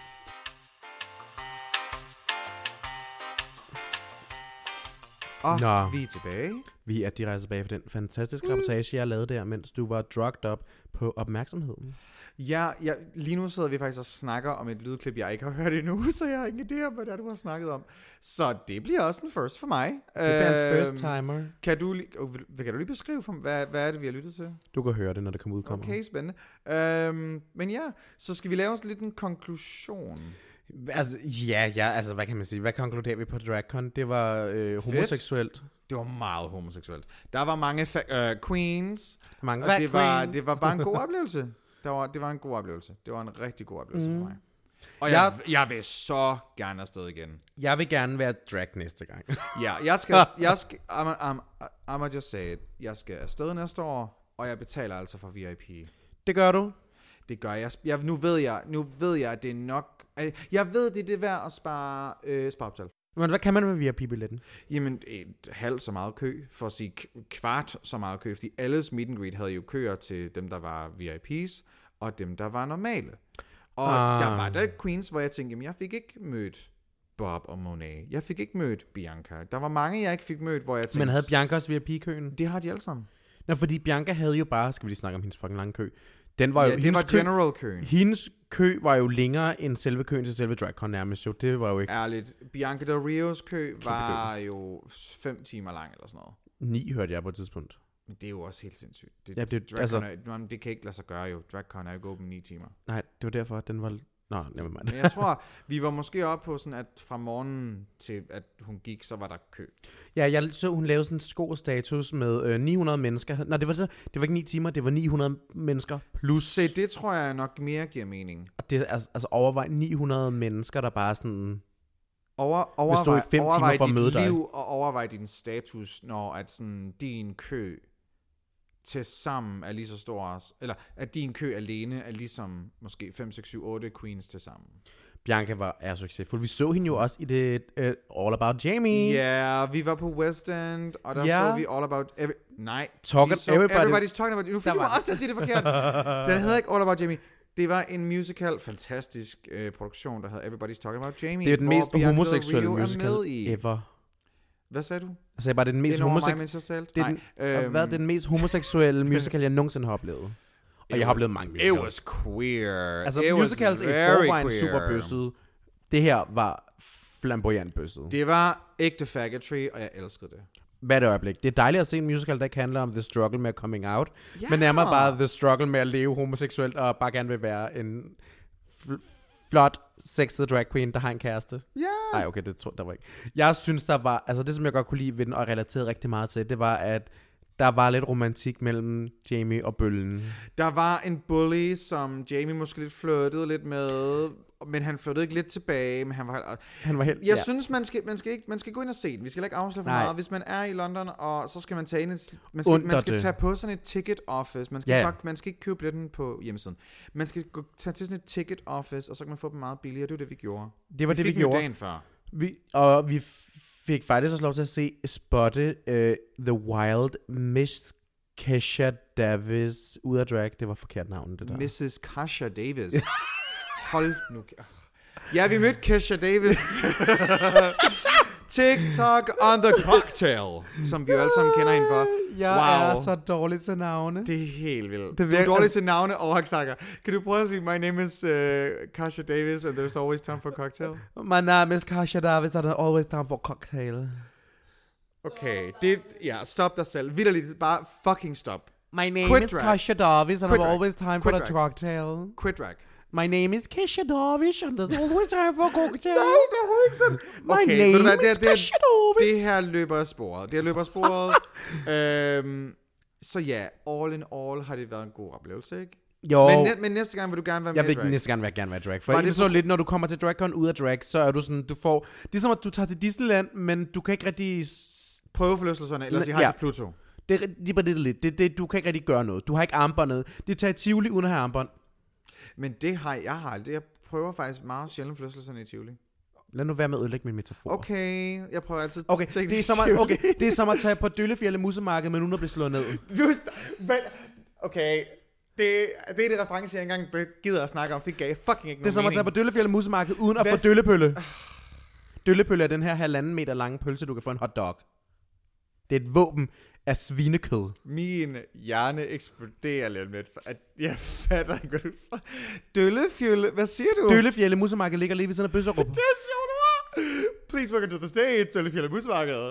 Og Nå. vi er tilbage. Vi er direkte tilbage for den fantastiske reportage, jeg lavede der, mens du var drugged up på opmærksomheden. Ja, lige nu sidder vi faktisk og snakker om et lydklip, jeg ikke har hørt endnu, så jeg har ingen idé om, hvad det er, du har snakket om. Så det bliver også en first for mig. Det bliver en first timer. Kan du lige beskrive, hvad er det, vi har lyttet til? Du kan høre det, når det kommer ud. Okay, spændende. Men ja, så skal vi lave os lidt en konklusion. Altså, altså, hvad kan man sige? Hvad konkluderer vi på DragCon? Det var homoseksuelt. Det var meget homoseksuelt. Der var mange queens. Mange og det var bare en god oplevelse. Det var en god oplevelse. Det var en rigtig god oplevelse for mig. Og jeg vil så gerne afsted igen. Jeg vil gerne være drag næste gang. Ja, I'm just say it. Jeg skal afsted næste år, og jeg betaler altså for VIP. Det gør du? Det gør jeg. Nu ved jeg, at det er nok. Jeg ved, det er værd at spare optal. Men hvad kan man med VIP-billetten? Jamen, et halvt så meget kø, for at sige kvart så meget kø, fordi alles meet and greet havde jo køer til dem, der var VIP's, og dem, der var normale. Og der var der queens, hvor jeg tænkte, jamen, jeg fik ikke mødt Bob og Monet. Jeg fik ikke mødt Bianca. Der var mange, jeg ikke fik mødt, hvor jeg tænkte... Men havde Bianca også VIP-køen? Det har de alle sammen. Nå, fordi Bianca havde jo bare... Skal vi lige snakke om hendes fucking lange kø? Den var jo, det var general-køen. Hendes kø var jo længere end selve køen til selve DragCon nærmest jo. Det var jo ikke... Ærligt. Bianca Del Rios kø var jo 5 timer lang eller sådan noget. 9 hørte jeg på et tidspunkt. Men det er jo også helt sindssygt. Det kan ikke lade sig gøre jo. DragCon er jo ikke åben 9 timer. Nej, det var derfor, at den var Nå, nevermind. Men jeg tror, vi var måske oppe på sådan, at fra morgenen til, at hun gik, så var der kø. Ja, jeg så, hun lavede sådan en sko-status med 900 mennesker. Nej, det var ikke 9 timer, det var 900 mennesker plus. Se, det tror jeg nok mere giver mening. Det er altså overvej 900 mennesker, der bare sådan... Overvej, stå i 5 timer for at møde dig. liv og overvej din status, når at sådan, din kø til sammen er lige så stor, eller at din kø alene er ligesom måske 5, 6, 7, 8 queens til sammen. Bianca er succesful. Vi så hende jo også i det All About Jamie. Ja, vi var på West End, og der så vi All About... Everybody's Talking About... Nu fik du mig også til at sige det forkert. Den hedder ikke All About Jamie. Det var en musical, fantastisk produktion, der hedder Everybody's Talking About Jamie. Det er den mest homoseksuelle musical ever. Hvad sagde du? Jeg sagde bare, det er den mest den mest homoseksuelle musical, jeg nogensinde har oplevet. Og jeg har oplevet mange musicals. It was queer. Altså musicals i forvejen super bøsset. Det her var flamboyant bøsset. Det var ægte faggotry, og jeg elskede det. Hvad det øjeblik. Det er dejligt at se en musical, der ikke handler om the struggle med coming out, men nærmere bare the struggle med at leve homoseksuelt og bare gerne vil være en flot, sexet drag queen, der har en kæreste. Ja. Ej, okay, det tror jeg ikke. Jeg synes, der var, altså det som jeg godt kunne lide ved den, og relaterede rigtig meget til, det var, at der var lidt romantik mellem Jamie og bøllen. Der var en bully, som Jamie måske lidt flirtede lidt med, men han flyttede ikke lidt tilbage, men han var helt... Jeg synes, man skal gå ind og se den. Vi skal ikke afsløre for meget. Hvis man er i London, og så skal man tage man skal tage på sådan et ticket office. Man skal ikke købe billetten på hjemmesiden. Man skal tage til sådan et ticket office, og så kan man få dem meget billigere. Det var det, vi gjorde. Det var det, vi gjorde. Dagen før. Vi fik faktisk også lov til at spotte The Wild Miss Kesha Davis ud af drag. Det var forkert navn, det der. Mrs. Kesha Davis. Hold nu. Ja, vi mødte Kesha Davis. TikTok on the cocktail, som vi jo alle sammen kender hende for. Jeg er så dårlig til navne. Det er helt vildt. Du er dårlig til navne og snakker. Kan du prøve at sige, my name is Kesha Davis, and there's always time for cocktail? My name is Kesha Davis, and there's always time for cocktail. Okay, stop dig selv. Vitterligt, bare fucking stop. My name is Kesha Davis, and there's always time for the cocktail. Quit drag. My name is Kesha Davis, and there's always time for cocktail. Nej, det er ikke sådan. My name is Kesha Davis. Det her løber af sporet. Så ja, all in all har det været en god oplevelse, ikke? Jo. Men næste gang vil du gerne være med i drag. Næste gang vil jeg gerne være drag. For det så lidt, når du kommer til DragCon ud af drag, så er du sådan, du får... Det er som, at du tager til Disneyland, men du kan ikke rigtig... Prøve forlystelserne, eller sige hej til Pluto. Det er bare lidt. Du kan ikke rigtig gøre noget. Du har ikke armbåndet. Det tager Tivoli uden at have armbånd. Men det har jeg aldrig. Jeg prøver faktisk meget sjældent forlystelserne i Tivoli. Lad nu være med at ødelægge min metafor. Okay, jeg prøver altid. Okay, det er som at tage på Døllefjælde Musemarked, men uden at blive slået ned. Okay, det er det reference, jeg engang gider at snakke om. Det gav fucking ikke nogen mening. Det er som at tage på Døllefjælde Musemarked uden at få døllepølle. Døllepølle er den her 1,5 meter lange pølse, du kan få en hotdog. Det er et våben af svinekød. Min hjerne eksploderer lidt med, at jeg fatter ikke, hvad du... Døllefjælde, hvad siger du? Døllefjælde Musemarked ligger lige ved siden af Bøsserup. Det er sjovt. Please welcome to the stage, Døllefjælde Musemarked.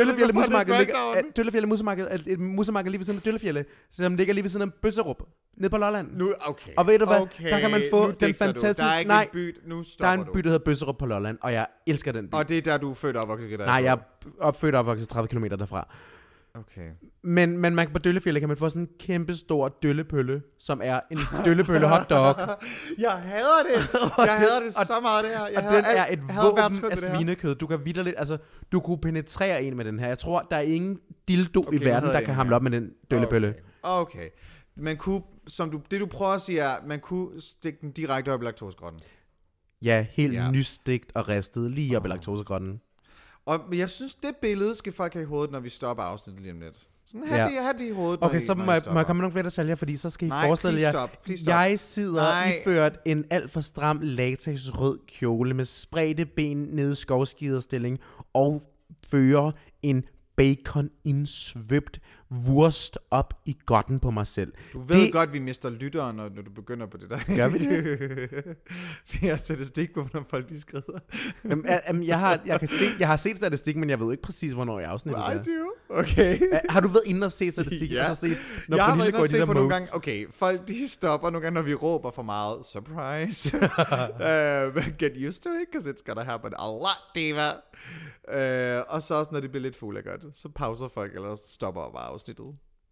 Døllefjælde Musemarked er et musemarked lige ved siden af Døllefjælde, som ligger lige ved siden af Bøsserup, nede på Lolland. Nu, okay. Og ved du hvad, der kan man få den fantastiske... Der er ikke en by, nu stopper der er en by, der hedder Bøsserup på Lolland, og jeg elsker den by. Og det er der, du er født og opvokset? Nej, jeg er født og opvokset 30 km derfra. Okay. Men man på Døllefjælde kan man få sådan en kæmpe stor døllepølle, som er en døllepølle hotdog. Jeg hader det. Jeg hader det så meget, det her. Og den er et våben af svinekød. Du kan vitterligt, altså, du kunne penetrere en med den her. Jeg tror, der er ingen dildo i verden, der kan hamle op med den døllepølle. Okay. Man kunne, det du prøver at sige er, man kunne stikke den direkte op i laktosegrotten. Ja, helt nystegt og ristet lige op i laktosegrotten. Og jeg synes, det billede skal folk have i hovedet, når vi stopper afsnittet lige om lidt. Sådan have det i hovedet, okay, så må jeg komme nogle flere detaljer, fordi så skal I forestille jer, jeg sidder iført en alt for stram latexrød kjole med spredte ben nede i skovskiderstilling og fører en bacon indsvøbt wurst op i godten på mig selv. Du ved godt, vi mister lytteren, når du begynder på det der. Gør vi det? Det er statistik på, når folk de skrider. Jeg har set statistik, men jeg ved ikke præcis, hvornår jeg afsnittet I det. do. Okay. Har du været inde og se statistik? Ja. Og så set, når jeg har Pernille været inde går og i de se der på nogle moves? gange, okay, folk de stopper nogle gange, når vi råber for meget. Surprise. Get used to it, because it's gonna happen a lot, diva. Og så også, når det bliver lidt fuld af godt, så pauser folk, eller stopper bare afsnittet.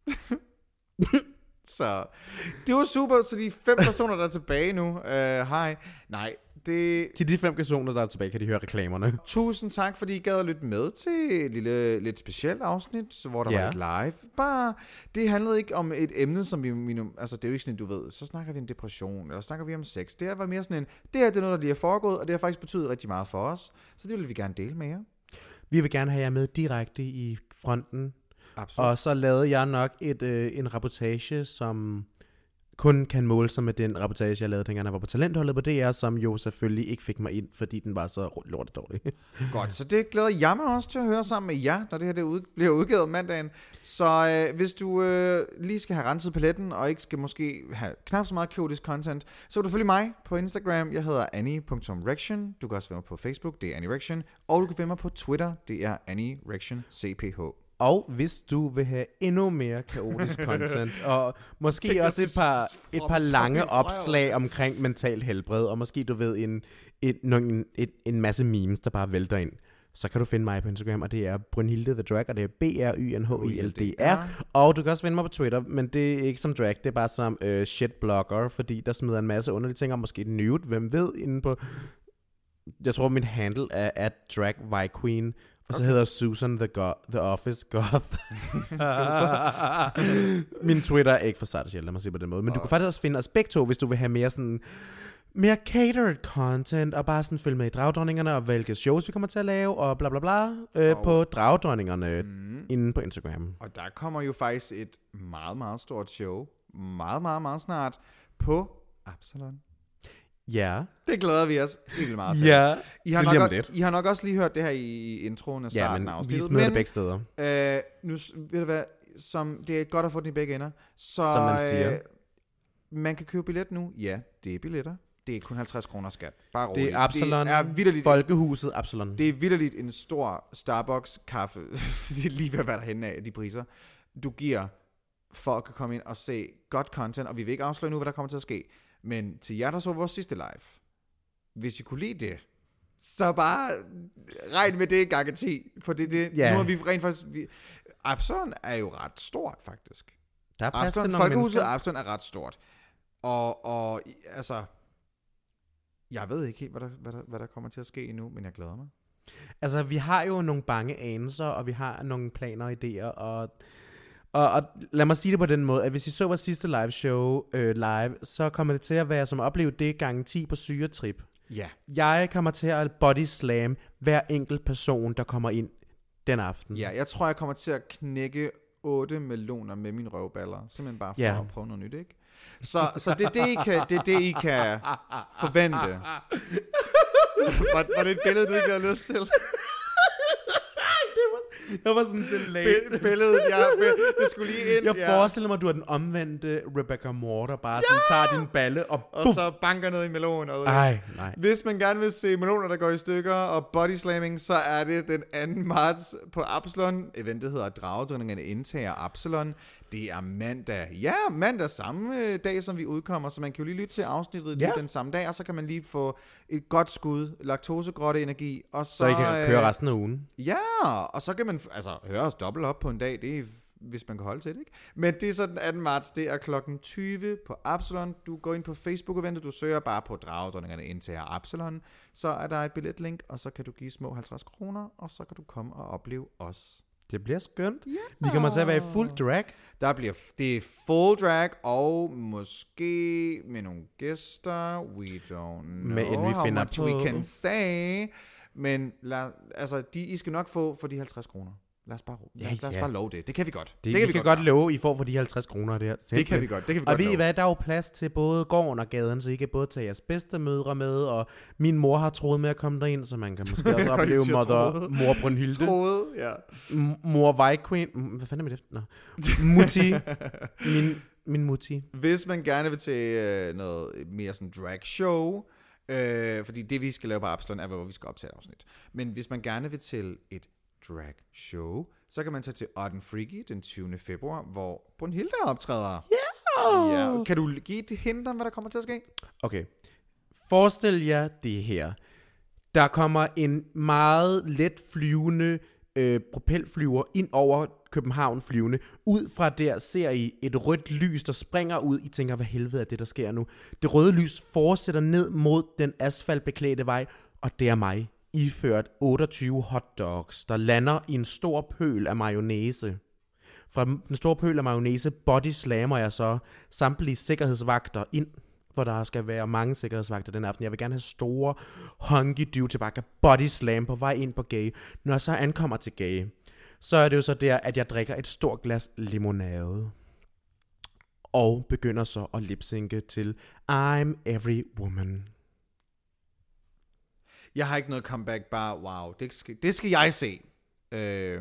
Så det var super, så de 5 personer, der er tilbage nu, hej. Nej, til de 5 personer, der er tilbage, kan de høre reklamerne. Tusind tak, fordi I gad at lytte med til et lille, lidt specielt afsnit, hvor der var et live. Bare, det handlede ikke om et emne, som vi altså det er jo ikke sådan, du ved, så snakker vi om depression, eller snakker vi om sex. Det var mere sådan det her det er noget, der lige er foregået, og det har faktisk betydet rigtig meget for os. Så det vil vi gerne dele med jer. Vi vil gerne have jer med direkte i fronten. Absolut. Og så lavede jeg nok en reportage, som kun kan måle sig med den reportage, jeg lavede, dengang jeg var på Talentholdet på DR, som jo selvfølgelig ikke fik mig ind, fordi den var så lortedårlig. Godt, så det glæder jeg mig også til at høre sammen med jer, når det her bliver udgivet om mandagen. Så hvis du lige skal have renset paletten, og ikke skal måske have knap så meget kaotisk content, så kan du følge mig på Instagram. Jeg hedder Annie.Rection. Du kan også finde mig på Facebook, det er Annie Rection. Og du kan finde mig på Twitter, det er Annie Rection CPH. Og hvis du vil have endnu mere kaotisk content, og måske også et par lange opslag omkring mental helbred, og måske du ved en masse memes, der bare vælter ind, så kan du finde mig på Instagram, og det er Brynhilde the Drag, og det er BRYNHILDR. Og du kan også finde mig på Twitter, men det er ikke som drag, det er bare som shitblogger, fordi der smider en masse underlige ting, og måske nude, hvem ved, inde på... Jeg tror, min handle er @dragvyqueen. Og så hedder Susan The Office Goth. Min Twitter er ikke for sejt, lad mig sige på den måde. Men du kan faktisk også finde os begge to, hvis du vil have mere catered content, og bare sådan følge med i Dragdronningerne, og hvilke shows vi kommer til at lave, og bla bla bla, på Dragdronningerne inde på Instagram. Og der kommer jo faktisk et meget, meget stort show, meget, meget, meget snart, på Absalon. Ja. Det glæder vi os helt meget til. Ja, I har nok også lige hørt det her i introen af starten af afsnittet. Vi smider det begge steder. Nu ved du hvad, det er godt at få den i begge ender. Så, som man siger. Man kan købe billet nu. Ja, det er billetter. Det er kun 50 kroner skat. Bare roligt. Det er Absalon. Det er vitterligt, Folkehuset Absalon. Det er vitterligt en stor Starbucks-kaffe. Det er lige ved at være derhenne af de priser. Du giver for at kan komme ind og se godt content, og vi vil ikke afsløre nu, hvad der kommer til at ske. Men til jer, der så vores sidste live, hvis I kunne lide det, så bare regn med det gange 10. For det. Nu har vi rent faktisk... Absalon er jo ret stort, faktisk. Der er plads til nogle Folkehuset mennesker. Absalon er ret stort. Og altså... Jeg ved ikke helt, hvad der kommer til at ske endnu, men jeg glæder mig. Altså, vi har jo nogle bange anelser, og vi har nogle planer og idéer, og lad mig sige det på den måde, at hvis I så vores sidste live show live, så kommer det til at være som at opleve det gange 10 på syretrip. Ja. Jeg kommer til at body slam hver enkelt person, der kommer ind den aften. Ja, jeg tror, jeg kommer til at knække 8 meloner med mine røvballer. Simpelthen bare for at prøve noget nyt, ikke? Så det er det, I kan forvente. Var det et billede, du ikke havde lyst til? Det var sådan den late billedet, det skulle lige ind. Jeg forestiller mig, at du er den omvendte Rebecca Moore, der bare sådan tager din balle og så banker ned i melonen. Nej. Hvis man gerne vil se meloner, der går i stykker, og body slamming, så er det den 2. marts på Absalon. Eventet hedder Dragedronningerne indtager Absalon. Det er mandag. Ja, mandag samme dag, som vi udkommer, så man kan jo lige lytte til afsnittet lige den samme dag, og så kan man lige få et godt skud, laktosegrotte energi, og så I kan køre resten af ugen. Ja, og så kan man høre os dobbelt op på en dag, det er, hvis man kan holde til det, ikke? Men det er så den 2. marts, det er klokken 20 på Absalon. Du går ind på Facebook-eventet, du søger bare på Dragedronningerne indtager Absalon, så er der et billetlink, og så kan du give små 50 kroner, og så kan du komme og opleve os. Det bliver skønt. Yeah. Vi kommer til at være i fuld drag. Det er full drag, og måske med nogle gæster. We don't know how much we can say. Men I skal nok få for de 50 kroner. Lad os bare love det. Det kan vi godt. Det kan vi godt love, I får for de 50 kroner der. Det kan vi godt. Og ved I hvad, der er jo plads til både gården og gaden, så I kan både tage jeres bedste mødre med, og min mor har troet med at komme derind, så man kan måske også opleve mor Brunhilde. Troede, ja. Mor Vejqueen. Hvad fanden er mit efter? Mutti. Min mutti. Hvis man gerne vil til noget mere sådan drag show, fordi det vi skal lave på Absalon er, hvor vi skal optage et afsnit. Men hvis man gerne vil til et drag show, så kan man tage til Odd & Freaky den 20. februar, hvor Brunhilde optræder. Ja. Kan du give et hint om, hvad der kommer til at ske? Okay. Forestil jer det her. Der kommer en meget let flyvende propelflyver ind over København flyvende. Ud fra der ser I et rødt lys, der springer ud. I tænker, hvad helvede er det, der sker nu? Det røde lys fortsætter ned mod den asfaltbeklædte vej, og det er mig, iført 28 hotdogs, der lander i en stor pøl af mayonnaise. Fra den store pøl af mayonnaise bodyslammer jeg så samtlige sikkerhedsvagter ind, for der skal være mange sikkerhedsvagter den aften. Jeg vil gerne have store hunky dude tilbage bodyslam på vej ind på Gay. Når jeg så ankommer til Gay, så er det jo så der, at jeg drikker et stort glas limonade. Og begynder så at lipsynke til I'm Every Woman. Jeg har ikke noget comeback, bare wow, det skal jeg se. Det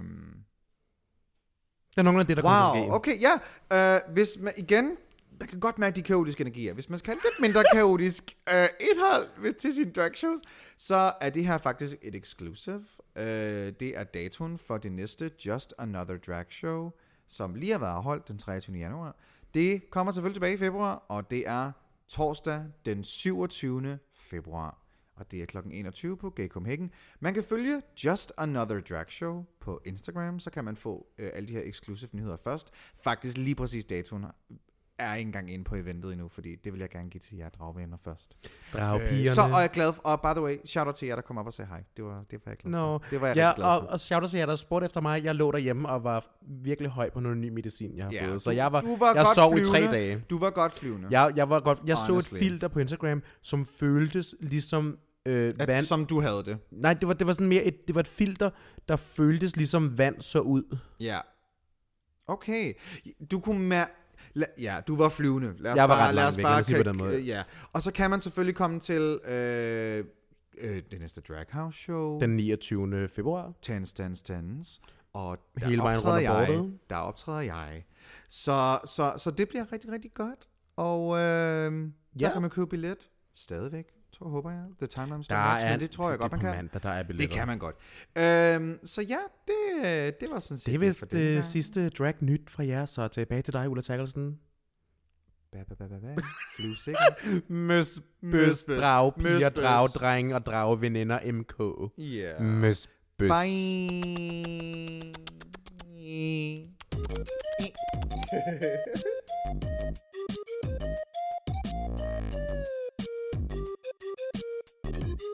er nogle af det, der kommer til at ske. Okay, ja. Hvis man, igen, jeg kan godt mærke de kaotiske energier. Hvis man skal have lidt mindre kaotisk indhold til sine drag shows, så er det her faktisk et exclusive. Det er datoen for det næste Just Another Drag Show, som lige har været holdt den 23. januar. Det kommer selvfølgelig tilbage i februar, og det er torsdag den 27. februar. Og det er kl. 21 på Gay Copenhagen. Man kan følge Just Another Drag Show på Instagram, så kan man få alle de her exclusive nyheder først. Faktisk lige præcis datoen er ikke engang inde på eventet endnu, fordi det vil jeg gerne give til jer dragvenner først. Dragpigerne. Så og jeg er glad for, og by the way, shout out til jer, der kom op og sagde hej. Det var jeg glad for. Det var jeg rigtig glad for. Og shout out til jer, der spurgte efter mig. Jeg lå derhjemme og var virkelig høj på noget ny medicin, jeg har fået. Så jeg sov i 3 dage. Du var godt flyvende. Jeg så et filter på Instagram, som føltes ligesom vand. Som du havde det. Nej, det var sådan mere det var et filter, der føltes ligesom vand så ud. Ja. Okay. Du kunne ja, du var flyvende. Jeg var ret langt væk, kan man sige på den måde. Ja. Og så kan man selvfølgelig komme til det næste Drag House Show. Den 29. februar. Tens. Og hele vejen rundt om bordet. Der optræder jeg. Så det bliver rigtig, rigtig godt. Og der kan man købe billet stadigvæk. Håber jeg. The Time I'm Still Match, men det tror jeg godt, man kan. Mandag, der er billetter. Det kan man godt. Så ja, det var sådan set det er vist det sidste drag nyt fra jer, så tilbage til dig, Ulla Terkelsen. Flyvesikker. Møs, bøs, dragpiger, dragdreng og dragveninder MK. Yeah. Møs, bøs. Bye.